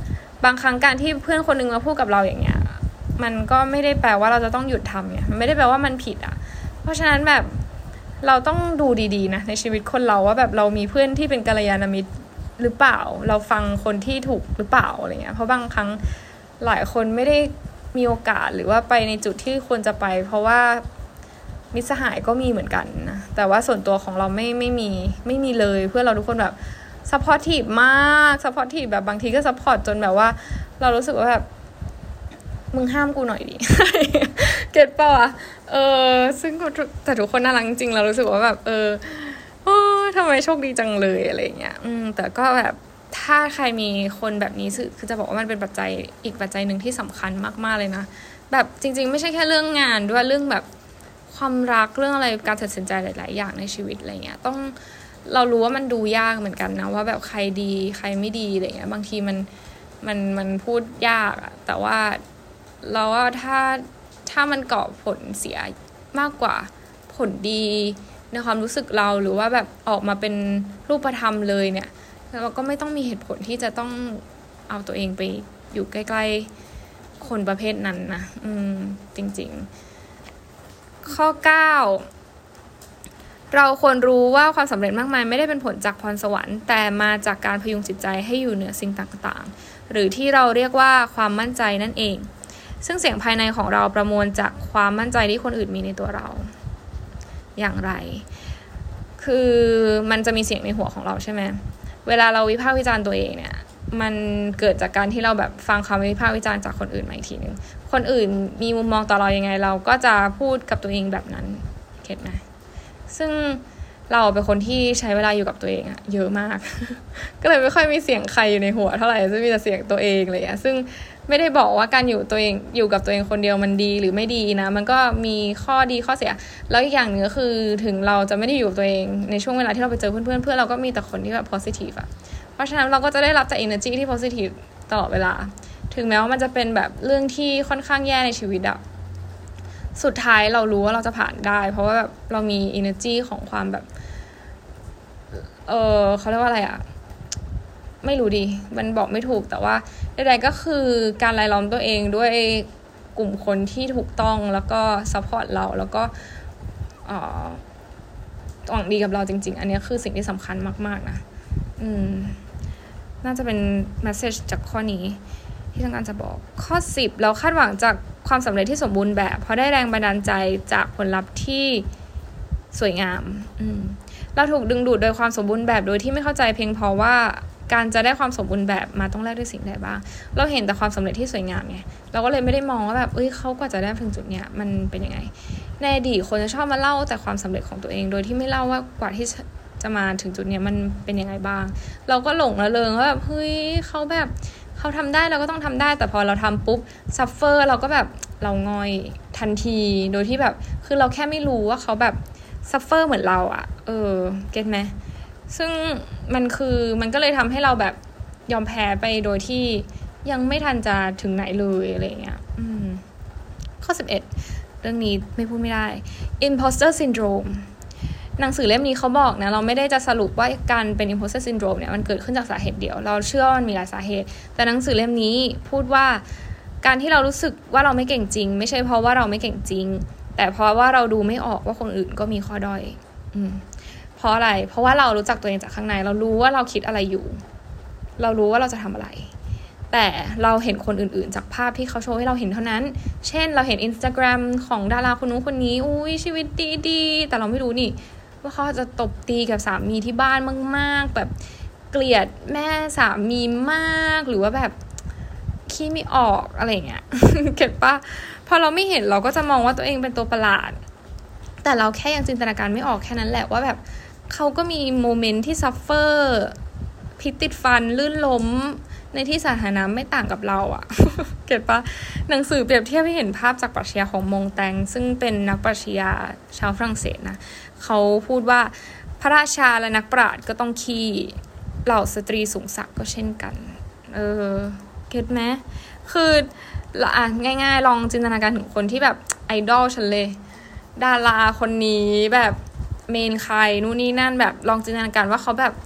บางครั้งการที่เพื่อนคนนึงมาพูดกับเราอย่างเงี้ยมันก็ไม่ได้แปลว่าเราจะต้องหยุดทำเนี่ยมันไม่ได้แปลว่ามันผิดอ่ะเพราะฉะนั้นแบบเราต้องดูดีๆนะในชีวิตคนเราว่าแบบเรามีเพื่อนที่เป็นกัลยาณมิตรหรือเปล่าเราฟังคนที่ถูกหรือเปล่าอะไรเงี้ยเพราะบางครั้งหลายคนไม่ได้มีโอกาสหรือว่าไปในจุดที่ควรจะไปเพราะว่ามิตรสหายก็มีเหมือนกันนะแต่ว่าส่วนตัวของเราไม่ไม่มีไม่มีเลยเพื่อนเราทุกคนแบบซัพพอร์ตทีฟมากซัพพอร์ตทีฟแบบบางทีก็ซัพพอร์ตจนแบบว่าเรารู้สึกว่าแบบมึงห้ามกูหน่อยดิ เก็ตป่ะวะเออซึ่งแต่ทุกคนน่ารักจริงเรารู้สึกว่าแบบเออโอ้ทำไมโชคดีจังเลยอะไรเงี้ยอืมแต่ก็แบบถ้าใครมีคนแบบนี้คือจะบอกว่ามันเป็นปัจจัยอีกปัจจัยหนึ่งที่สำคัญมากๆเลยนะแบบจริงๆไม่ใช่แค่เรื่องงานด้วยเรื่องแบบความรักเรื่องอะไรการตัดสินใจหลายๆอย่างในชีวิตอะไรเงี้ยต้องเรารู้ว่ามันดูยากเหมือนกันนะว่าแบบใครดีใครไม่ดีอะไรเงี้ยบางทีมันมันมันพูดยากอะแต่ว่าเราว่าถ้าถ้ามันก่อผลเสียมากกว่าผลดีในความรู้สึกเราหรือว่าแบบออกมาเป็นรูปธรรมเลยเนี่ยเราก็ไม่ต้องมีเหตุผลที่จะต้องเอาตัวเองไปอยู่ใกล้ๆคนประเภทนั้นนะอืมจริงๆข้อเก้าเราควรรู้ว่าความสำเร็จมากมายไม่ได้เป็นผลจากพรสวรรค์แต่มาจากการพยุงจิตใจให้อยู่เหนือสิ่งต่างๆหรือที่เราเรียกว่าความมั่นใจนั่นเองซึ่งเสียงภายในของเราประมวลจากความมั่นใจที่คนอื่นมีในตัวเราอย่างไรคือมันจะมีเสียงในหัวของเราใช่ไหมเวลาเราวิพากษ์วิจารณ์ตัวเองเนี่ยมันเกิดจากการที่เราแบบฟังคำวิพากษ์วิจารณ์จากคนอื่นมาอีกทีนึงคนอื่นมีมุมมองต่อเรายังไงเราก็จะพูดกับตัวเองแบบนั้นเก็ทไหมซึ่งเราเป็นคนที่ใช้เวลาอยู่กับตัวเองอะเยอะมาก ก็เลยไม่ค่อยมีเสียงใครอยู่ในหัวเท่าไหร่จะมีแต่เสียงตัวเองเลยอะซึ่งไม่ได้บอกว่าการอยู่ตัวเองอยู่กับตัวเองคนเดียวมันดีหรือไม่ดีนะมันก็มีข้อดีข้อเสียแล้วอีกอย่างหนึ่งก็คือถึงเราจะไม่ได้อยู่กับตัวเองในช่วงเวลาที่เราไปเจอเพื่อนๆเพื่อนเราก็มีแต่คนที่แบบ positive อะเพราะฉะนั้นเราก็จะได้รับจาก energy ที่ positive ตลอดเวลาถึงแม้ว่ามันจะเป็นแบบเรื่องที่ค่อนข้างแย่ในชีวิตอะสุดท้ายเรารู้ว่าเราจะผ่านได้เพราะว่าแบบเรามี energy ของความแบบเออเขาเรียกว่าอะไรอะไม่รู้ดิมันบอกไม่ถูกแต่ว่าใดๆก็คือการรายล้อมตัวเองด้วยกลุ่มคนที่ถูกต้องแล้วก็ซัพพอร์ตเราแล้วก็อ่าหวังดีกับเราจริงๆอันนี้คือสิ่งที่สำคัญมากๆนะอืมน่าจะเป็นเมสเสจจากข้อนี้ที่ต้องการจะบอกข้อสิบเราคาดหวังจากความสำเร็จที่สมบูรณ์แบบเพราะได้แรงบันดาลใจจากผลลัพธ์ที่สวยงามอืมเราถูกดึงดูดโดยความสมบูรณ์แบบโดยที่ไม่เข้าใจเพียงพอว่าการจะได้ความสมบูรณ์แบบมาต้องแลกด้วยสิ่งใดบ้างเราเห็นแต่ความสำเร็จที่สวยงามไงเราก็เลยไม่ได้มองว่าแบบเอ้ยเขากว่าจะได้ถึงจุดเนี้ยมันเป็นยังไงในอดีตคนจะชอบมาเล่าแต่ความสำเร็จของตัวเองโดยที่ไม่เล่าว่ากว่าที่จะมาถึงจุดเนี้ยมันเป็นยังไงบ้างเราก็หลงระเริงว่าแบบเฮ้ยเขาแบบเขาทำได้เราก็ต้องทำได้แต่พอเราทำปุ๊บซัฟเฟอร์เราก็แบบเรางอยทันทีโดยที่แบบคือเราแค่ไม่รู้ว่าเขาแบบซัฟเฟอร์เหมือนเราอะเออเก็ทไหมซึ่งมันคือมันก็เลยทำให้เราแบบยอมแพ้ไปโดยที่ยังไม่ทันจะถึงไหนเลยอะไรเงี้ยอืมข้อสิบเอ็ดเรื่องนี้ไม่พูดไม่ได้ imposter syndrome หนังสือเล่มนี้เขาบอกนะเราไม่ได้จะสรุปว่าการเป็น imposter syndrome เนี่ยมันเกิดขึ้นจากสาเหตุเดียวเราเชื่อว่ามันมีหลายสาเหตุแต่หนังสือเล่มนี้พูดว่าการที่เรารู้สึกว่าเราไม่เก่งจริงไม่ใช่เพราะว่าเราไม่เก่งจริงแต่เพราะว่าเราดูไม่ออกว่าคนอื่นก็มีข้อด้อยอืมเพราะอะไรเพราะว่าเรารู้จักตัวเองจากข้างในเรารู้ว่าเราคิดอะไรอยู่เรารู้ว่าเราจะทำอะไรแต่เราเห็นคนอื่นๆจากภาพที่เขาโชว์ให้เราเห็นเท่านั้นเช่นเราเห็น Instagram ของดาราคนนู้นคนนี้อุ้ยชีวิตดีๆแต่เราไม่รู้นี่ว่าเขาจะตบตีกับสามีที่บ้านมากๆแบบเกลียดแม่สามีมากหรือว่าแบบขี้ไม่ออกอะไรเงี้ย เก็ทปะพอเราไม่เห็นเราก็จะมองว่าตัวเองเป็นตัวประหลาดแต่เราแค่ยังจินตนาการไม่ออกแค่นั้นแหละว่าแบบเขาก็มีโมเมนต์ที่ซัฟเฟอร์พิษติดฟันลื่นล้มในที่สาธารณะไม่ต่างกับเราอะ เก็ทปะหนังสือเปรียบเทียบให้เห็นภาพจากปรัชญาของมงแตงซึ่งเป็นนักปรัชญาชาวฝรั่งเศสนะเขาพูดว่าพระราชาและนักปราชญ์ก็ต้องขี้เหล่าสตรีสูงศักดิ์ก็เช่นกันเออเก็ทไหมคืออ่ะง่ายๆลองจินตนาการถึงคนที่แบบไอดอลฉันเลยดาราคนนี้แบบเมนใครนู่นนี่นั่นแบบลองจินตนาการว่าเขาแบบข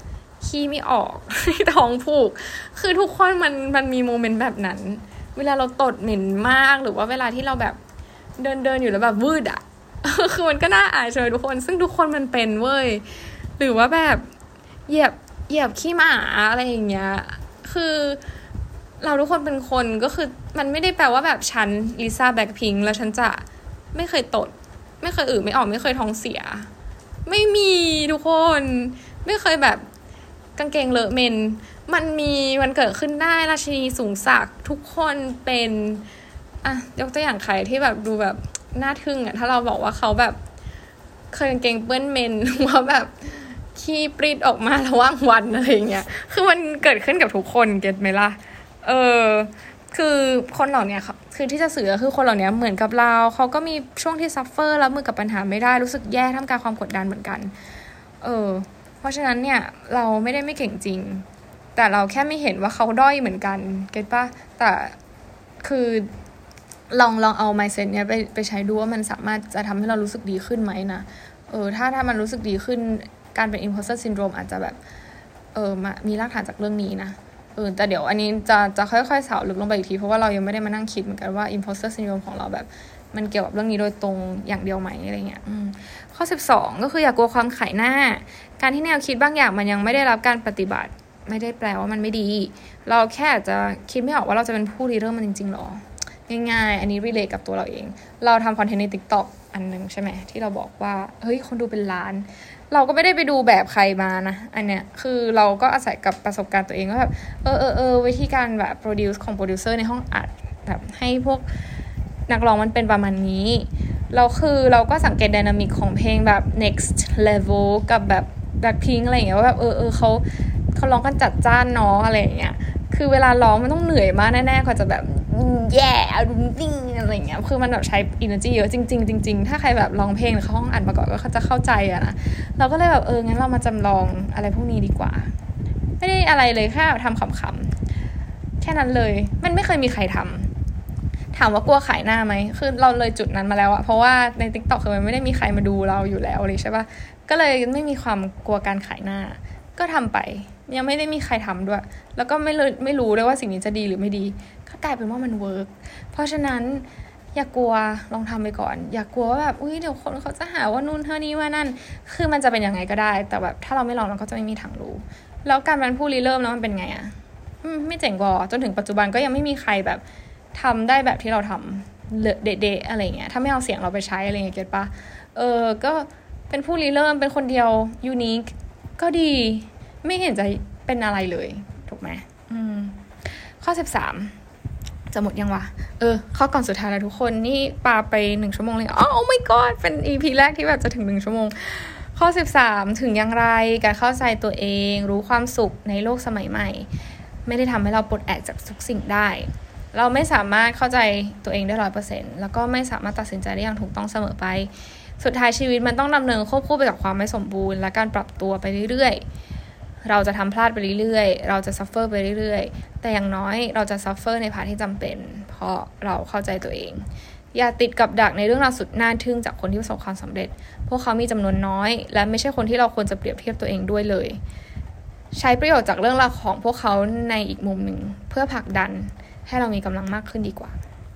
ขี้ไม่ออกท้องผูกคือทุกคนมันมันมีโมเมนต์แบบนั้นเวลาเราตดเหม็นมากหรือว่าเวลาที่เราแบบเดินเดินอยู่แล้วแบบวืดอ่ะ คือมันก็น่าอายเชยทุกคนซึ่งทุกคนมันเป็นเว้ยหรือว่าแบบเหยียบเหยียบขี้หมาอะไรอย่างเงี้ยคือเราทุกคนเป็นคนก็คือมันไม่ได้แปลว่าแบบฉันลิซ่าแบล็คพิงค์แล้วฉันจะไม่เคยตดไม่เคยอืดไม่ออกไม่เคยท้องเสียไม่มีทุกคนไม่เคยแบบกางเกงเลอะเมนมันมีมันเกิดขึ้นได้ราชินีสูงศักดิ์ทุกคนเป็นอ่ะยกตัวอย่างใครที่แบบดูแบบน่าทึ่งอ่ะถ้าเราบอกว่าเขาแบบเคยกางเกงเปื้อนเมนว่าแบบขี้ปริดออกมาระหว่างวันอะไรอย่างเงี้ยคือมันเกิดขึ้นกับทุกคนเก็ทไหมล่ะเออคือคนเหล่านี้ครับคือที่จะสื่อคือคนเหล่านี้เหมือนกับเราเขาก็มีช่วงที่ซัฟเฟอร์รับมือกับปัญหาไม่ได้รู้สึกแย่ท่ามกลางความกดดันเหมือนกันเออเพราะฉะนั้นเนี่ยเราไม่ได้ไม่เก่งจริงแต่เราแค่ไม่เห็นว่าเขาด้อยเหมือนกันเก็ทป่ะแต่คือลองลองเอา mindset เนี้ยไปไปใช้ดูว่ามันสามารถจะทำให้เรารู้สึกดีขึ้นไหมนะเออถ้าถ้ามันรู้สึกดีขึ้นการเป็น imposter syndrome อาจจะแบบเออมามีรากฐานจากเรื่องนี้นะเออแต่เดี๋ยวอันนี้จะจะค่อยๆสาวลึกลงไปอีกทีเพราะว่าเรายังไม่ได้มานั่งคิดเหมือนกันว่า imposter syndrome ของเราแบบมันเกี่ยวกับเรื่องนี้โดยตรงอย่างเดียวไหมอะไรเงี้ยข้อสิบสองก็คืออย่ากลัวความขายหน้าการที่แนวคิดบางอย่างมันยังไม่ได้รับการปฏิบัติไม่ได้แปลว่ามันไม่ดีเราแค่อาจจะคิดไม่ออกว่าเราจะเป็นผู้ริเริ่มมันจริงๆหรอง่ายๆอันนี้รีเลทกับตัวเราเองเราทำคอนเทนต์ใน TikTok อันนึงใช่ไหมที่เราบอกว่าเฮ้ยคนดูเป็นล้านเราก็ไม่ได้ไปดูแบบใครมานะอันเนี้ยคือเราก็อาศัยกับประสบการณ์ตัวเองว่าแบบเออเออเออวิธีการแบบโปรดิวซ์ของโปรดิวเซอร์ในห้องอัดแบบให้พวกนักร้องมันเป็นประมาณนี้เราคือเราก็สังเกตไดนามิกของเพลงแบบ next level กับแบบ Blackpink อะไรอย่างเงี้ยว่าแบบเออเออเขาเขาร้องกันจัดจ้านเนาะอะไรอย่างเงี้ยคือเวลาร้องมันต้องเหนื่อยมากแน่ๆกว่าจะแบบแย่ดุ้งดิ้งอะไรอย่างเงี้ยคือมันแบบใช้ energy เยอะจริงๆจริงๆถ้าใครแบบร้องเพลงหรือเข้าห้องอัดมาก่อนก็เขาจะเข้าใจอะนะเราก็เลยแบบเอองั้นเรามาจำลองอะไรพวกนี้ดีกว่าไม่ได้อะไรเลยแค่ทำขำๆแค่นั้นเลยมันไม่เคยมีใครทำถามว่ากลัวขายหน้าไหมคือเราเลยจุดนั้นมาแล้วอะเพราะว่าใน TikTok คือมันไม่ได้มีใครมาดูเราอยู่แล้วเลยใช่ปะก็เลยไม่มีความกลัวการขายหน้าก็ทำไปยังไม่ได้มีใครทำด้วยแล้วก็ไม่เลยไม่รู้เลยว่าสิ่งนี้จะดีหรือไม่ดีก็กลายเป็นว่ามันเวิร์กเพราะฉะนั้นอย่ากลัวลองทำไปก่อนอย่ากลัวว่าแบบอุ้ยเดี๋ยวคนเขาจะหาว่านู่นเท่านี้ว่านั่นคือมันจะเป็นยังไงก็ได้แต่แบบถ้าเราไม่ลองเราก็จะไม่มีทางรู้แล้วการเป็นผู้ริเริ่มแล้วมันเป็นไงอะไม่เจ๋งกว่าจนถึงปัจจุบันก็ยังไม่มีใครแบบทำได้แบบที่เราทำเดะๆอะไรเงี้ยถ้าไม่เอาเสียงเราไปใช้อะไรเงี้ยเก็ทปะเออก็เป็นผู้ริเริ่มเป็นคนเดียวยูนิคก็ดีไม่เห็นจะเป็นอะไรเลยถูกไหมอืมข้อสิบสามจะหมดยังวะเออข้อก่อนสุดท้ายแล้วทุกคนนี่ปาไปหนึ่งชั่วโมงเลยอ๋อ oh my god เป็น อี พี แรกที่แบบจะถึงหนึ่งชั่วโมงข้อสิบสามถึงอย่างไรการเข้าใจตัวเองรู้ความสุขในโลกสมัยใหม่ไม่ได้ทำให้เราปลดแอกจากทุกสิ่งได้เราไม่สามารถเข้าใจตัวเองได้ ร้อยเปอร์เซ็นต์ แล้วก็ไม่สามารถตัดสินใจได้อย่างถูกต้องเสมอไปสุดท้ายชีวิตมันต้องดำเนินควบคู่ไปกับความไม่สมบูรณ์และการปรับตัวไปเรื่อยๆเราจะทำพลาดไปเรื่อยๆเราจะซัฟเฟอร์ไปเรื่อยๆแต่อย่างน้อยเราจะซัฟเฟอร์ในพาร์ทที่จำเป็นเพราะเราเข้าใจตัวเองอย่าติดกับดักในเรื่องราวสุดน่าทึ่งจากคนที่ประสบความสำเร็จพวกเขามีจำนวนน้อยและไม่ใช่คนที่เราควรจะเปรียบเทียบตัวเองด้วยเลยใช้ประโยชน์จากเรื่องราวของพวกเขาในอีกมุมหนึ่งเพื่อผลักดันให้เรามีกำลังมากขึ้นดีกว่า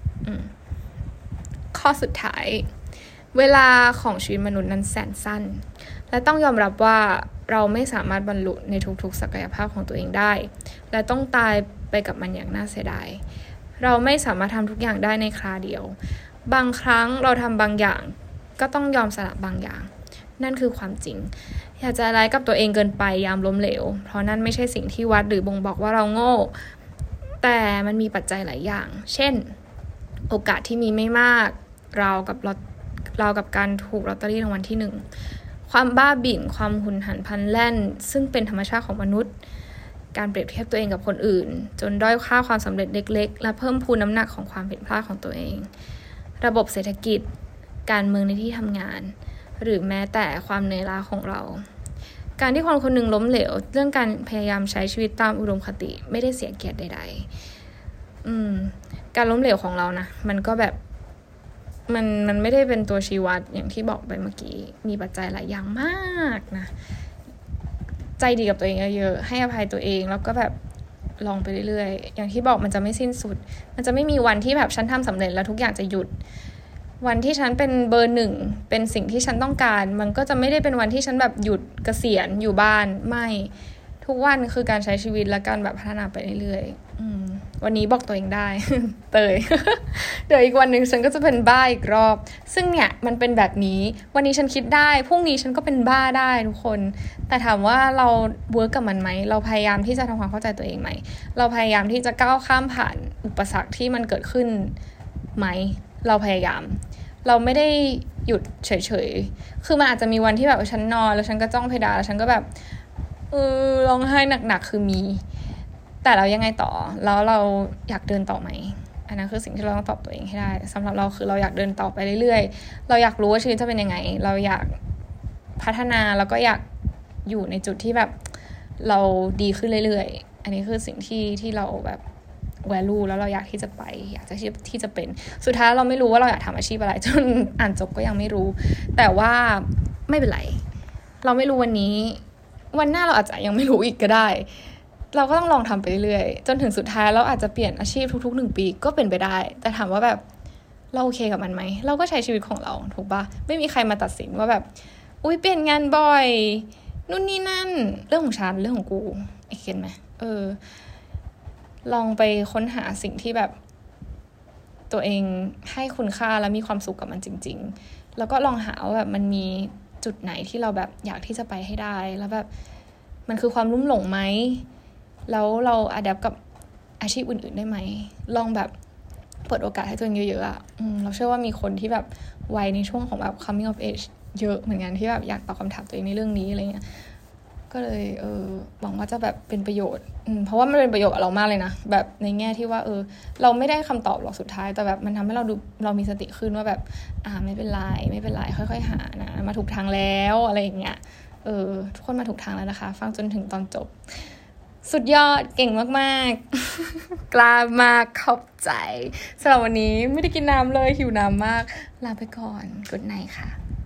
ข้อสุดท้ายเวลาของชีวิตมนุษย์นั้นแสนสั้นและต้องยอมรับว่าเราไม่สามารถบรรลุในทุกๆศักยภาพของตัวเองได้และต้องตายไปกับมันอย่างน่าเสียดายเราไม่สามารถทำทุกอย่างได้ในคราเดียวบางครั้งเราทำบางอย่างก็ต้องยอมสละบางอย่างนั่นคือความจริงอย่าใจร้ายกับตัวเองเกินไปยามล้มเหลวเพราะนั่นไม่ใช่สิ่งที่วัดหรือบ่งบอกว่าเราโง่แต่มันมีปัจจัยหลายอย่างเช่นโอกาสที่มีไม่มากเรากับลอตเรากับการถูกลอตเตอรี่รางวัลที่หนึ่งความบ้าบิ่นความหุนหันพลันแล่นซึ่งเป็นธรรมชาติของมนุษย์การเปรียบเทียบตัวเองกับคนอื่นจนด้อยค่าความสำเร็จเล็กๆและเพิ่มพูนน้ำหนักของความผิดพลาดของตัวเองระบบเศรษฐกิจการเมืองในที่ทำงานหรือแม้แต่ความเหนื่อยล้าของเราการที่คนคนหนึ่งล้มเหลวเรื่องการพยายามใช้ชีวิตตามอุดมคติไม่ได้เสียเกียรติใดๆอืมการล้มเหลวของเรานะมันก็แบบมันมันไม่ได้เป็นตัวชี้วัดอย่างที่บอกไปเมื่อกี้มีปัจจัยหลายอย่างมากนะใจดีกับตัวเองเยอะๆให้อภัยตัวเองแล้วก็แบบลองไปเรื่อยๆอย่างที่บอกมันจะไม่สิ้นสุดมันจะไม่มีวันที่แบบฉันทำสำเร็จแล้วทุกอย่างจะหยุดวันที่ฉันเป็นเบอร์หนึ่งเป็นสิ่งที่ฉันต้องการมันก็จะไม่ได้เป็นวันที่ฉันแบบหยุดเกษียณอยู่บ้านไม่ทุกวันคือการใช้ชีวิตและการแบบพัฒนาไปเรื่อยๆวันนี้บอกตัวเองได้ เตย เดี๋ยวอีกวันนึงฉันก็จะเป็นบ้าอีกรอบซึ่งเนี่ยมันเป็นแบบนี้วันนี้ฉันคิดได้พรุ่งนี้ฉันก็เป็นบ้าได้ทุกคนแต่ถามว่าเราเวิร์กกับมันไหมเราพยายามที่จะทำความเข้าใจตัวเองไหมเราพยายามที่จะก้าวข้ามผ่านอุปสรรคที่มันเกิดขึ้นไหมเราพยายามเราไม่ได้หยุดเฉยๆคือมันอาจจะมีวันที่แบบฉันนอนแล้วฉันก็จ้องเพดานแล้วฉันก็แบบเออร้องไห้หนักๆคือมีแต่เรายังไงต่อแล้วเราอยากเดินต่อไหมอันนั้นคือสิ่งที่เราต้องตอบตัวเองให้ได้สำหรับเราคือเราอยากเดินต่อไปเรื่อยๆเราอยากรู้ว่าชีวิตจะเป็นยังไงเราอยากพัฒนาแล้วก็อยากอยู่ในจุดที่แบบเราดีขึ้นเรื่อยๆอันนี้คือสิ่งที่ที่เราแบบvalue แล้วเราอยากที่จะไปอยากจะที่จะเป็นสุดท้ายเราไม่รู้ว่าเราอยากทำอาชีพอะไรจนอ่านจบก็ยังไม่รู้แต่ว่าไม่เป็นไรเราไม่รู้วันนี้วันหน้าเราอาจจะยังไม่รู้อีกก็ได้เราก็ต้องลองทำไปเรื่อยๆจนถึงสุดท้ายเราอาจจะเปลี่ยนอาชีพทุกๆหนึ่งปีก็เป็นไปได้แต่ถามว่าแบบเราโอเคกับมันไหมเราก็ใช้ชีวิตของเราถูกปะไม่มีใครมาตัดสินว่าแบบอุ๊ยเปลี่ยนงานบ่อยนู่นนี่นั่นเรื่องของฉันเรื่องของกูไอ้เก็ทไหมเออลองไปค้นหาสิ่งที่แบบตัวเองให้คุณค่าและมีความสุขกับมันจริงๆแล้วก็ลองหาว่าแบบมันมีจุดไหนที่เราแบบอยากที่จะไปให้ได้แล้วแบบมันคือความลุ่มหลงไหมแล้วเราอะแดปกับอาชีพอื่นๆได้ไหมลองแบบเปิดโอกาสให้ตัวเองเยอะๆอ่ะเราเชื่อว่ามีคนที่แบบวัยในช่วงของแบบ coming of age เยอะเหมือนกันที่แบบอยากตอบคำถามตัวเองในเรื่องนี้อะไรเงี้ยก็เลยเออหวังว่าจะแบบเป็นประโยชน์เพราะว่ามันเป็นประโยชน์กับเรามากเลยนะแบบในแง่ที่ว่าเออเราไม่ได้คำตอบหรอกสุดท้ายแต่แบบมันทำให้เราดูเรามีสติขึ้นว่าแบบอ่าไม่เป็นไรไม่เป็นไรค่อยๆหานะมาถูกทางแล้วอะไรอย่างเงี้ยเออทุกคนมาถูกทางแล้วนะคะฟังจนถึงตอนจบสุดยอดเก่งมากๆ กล้ามากขอบใจสำหรับวันนี้ไม่ได้กินน้ำเลยหิวน้ำมากลาไปก่อน Good night ค่ะ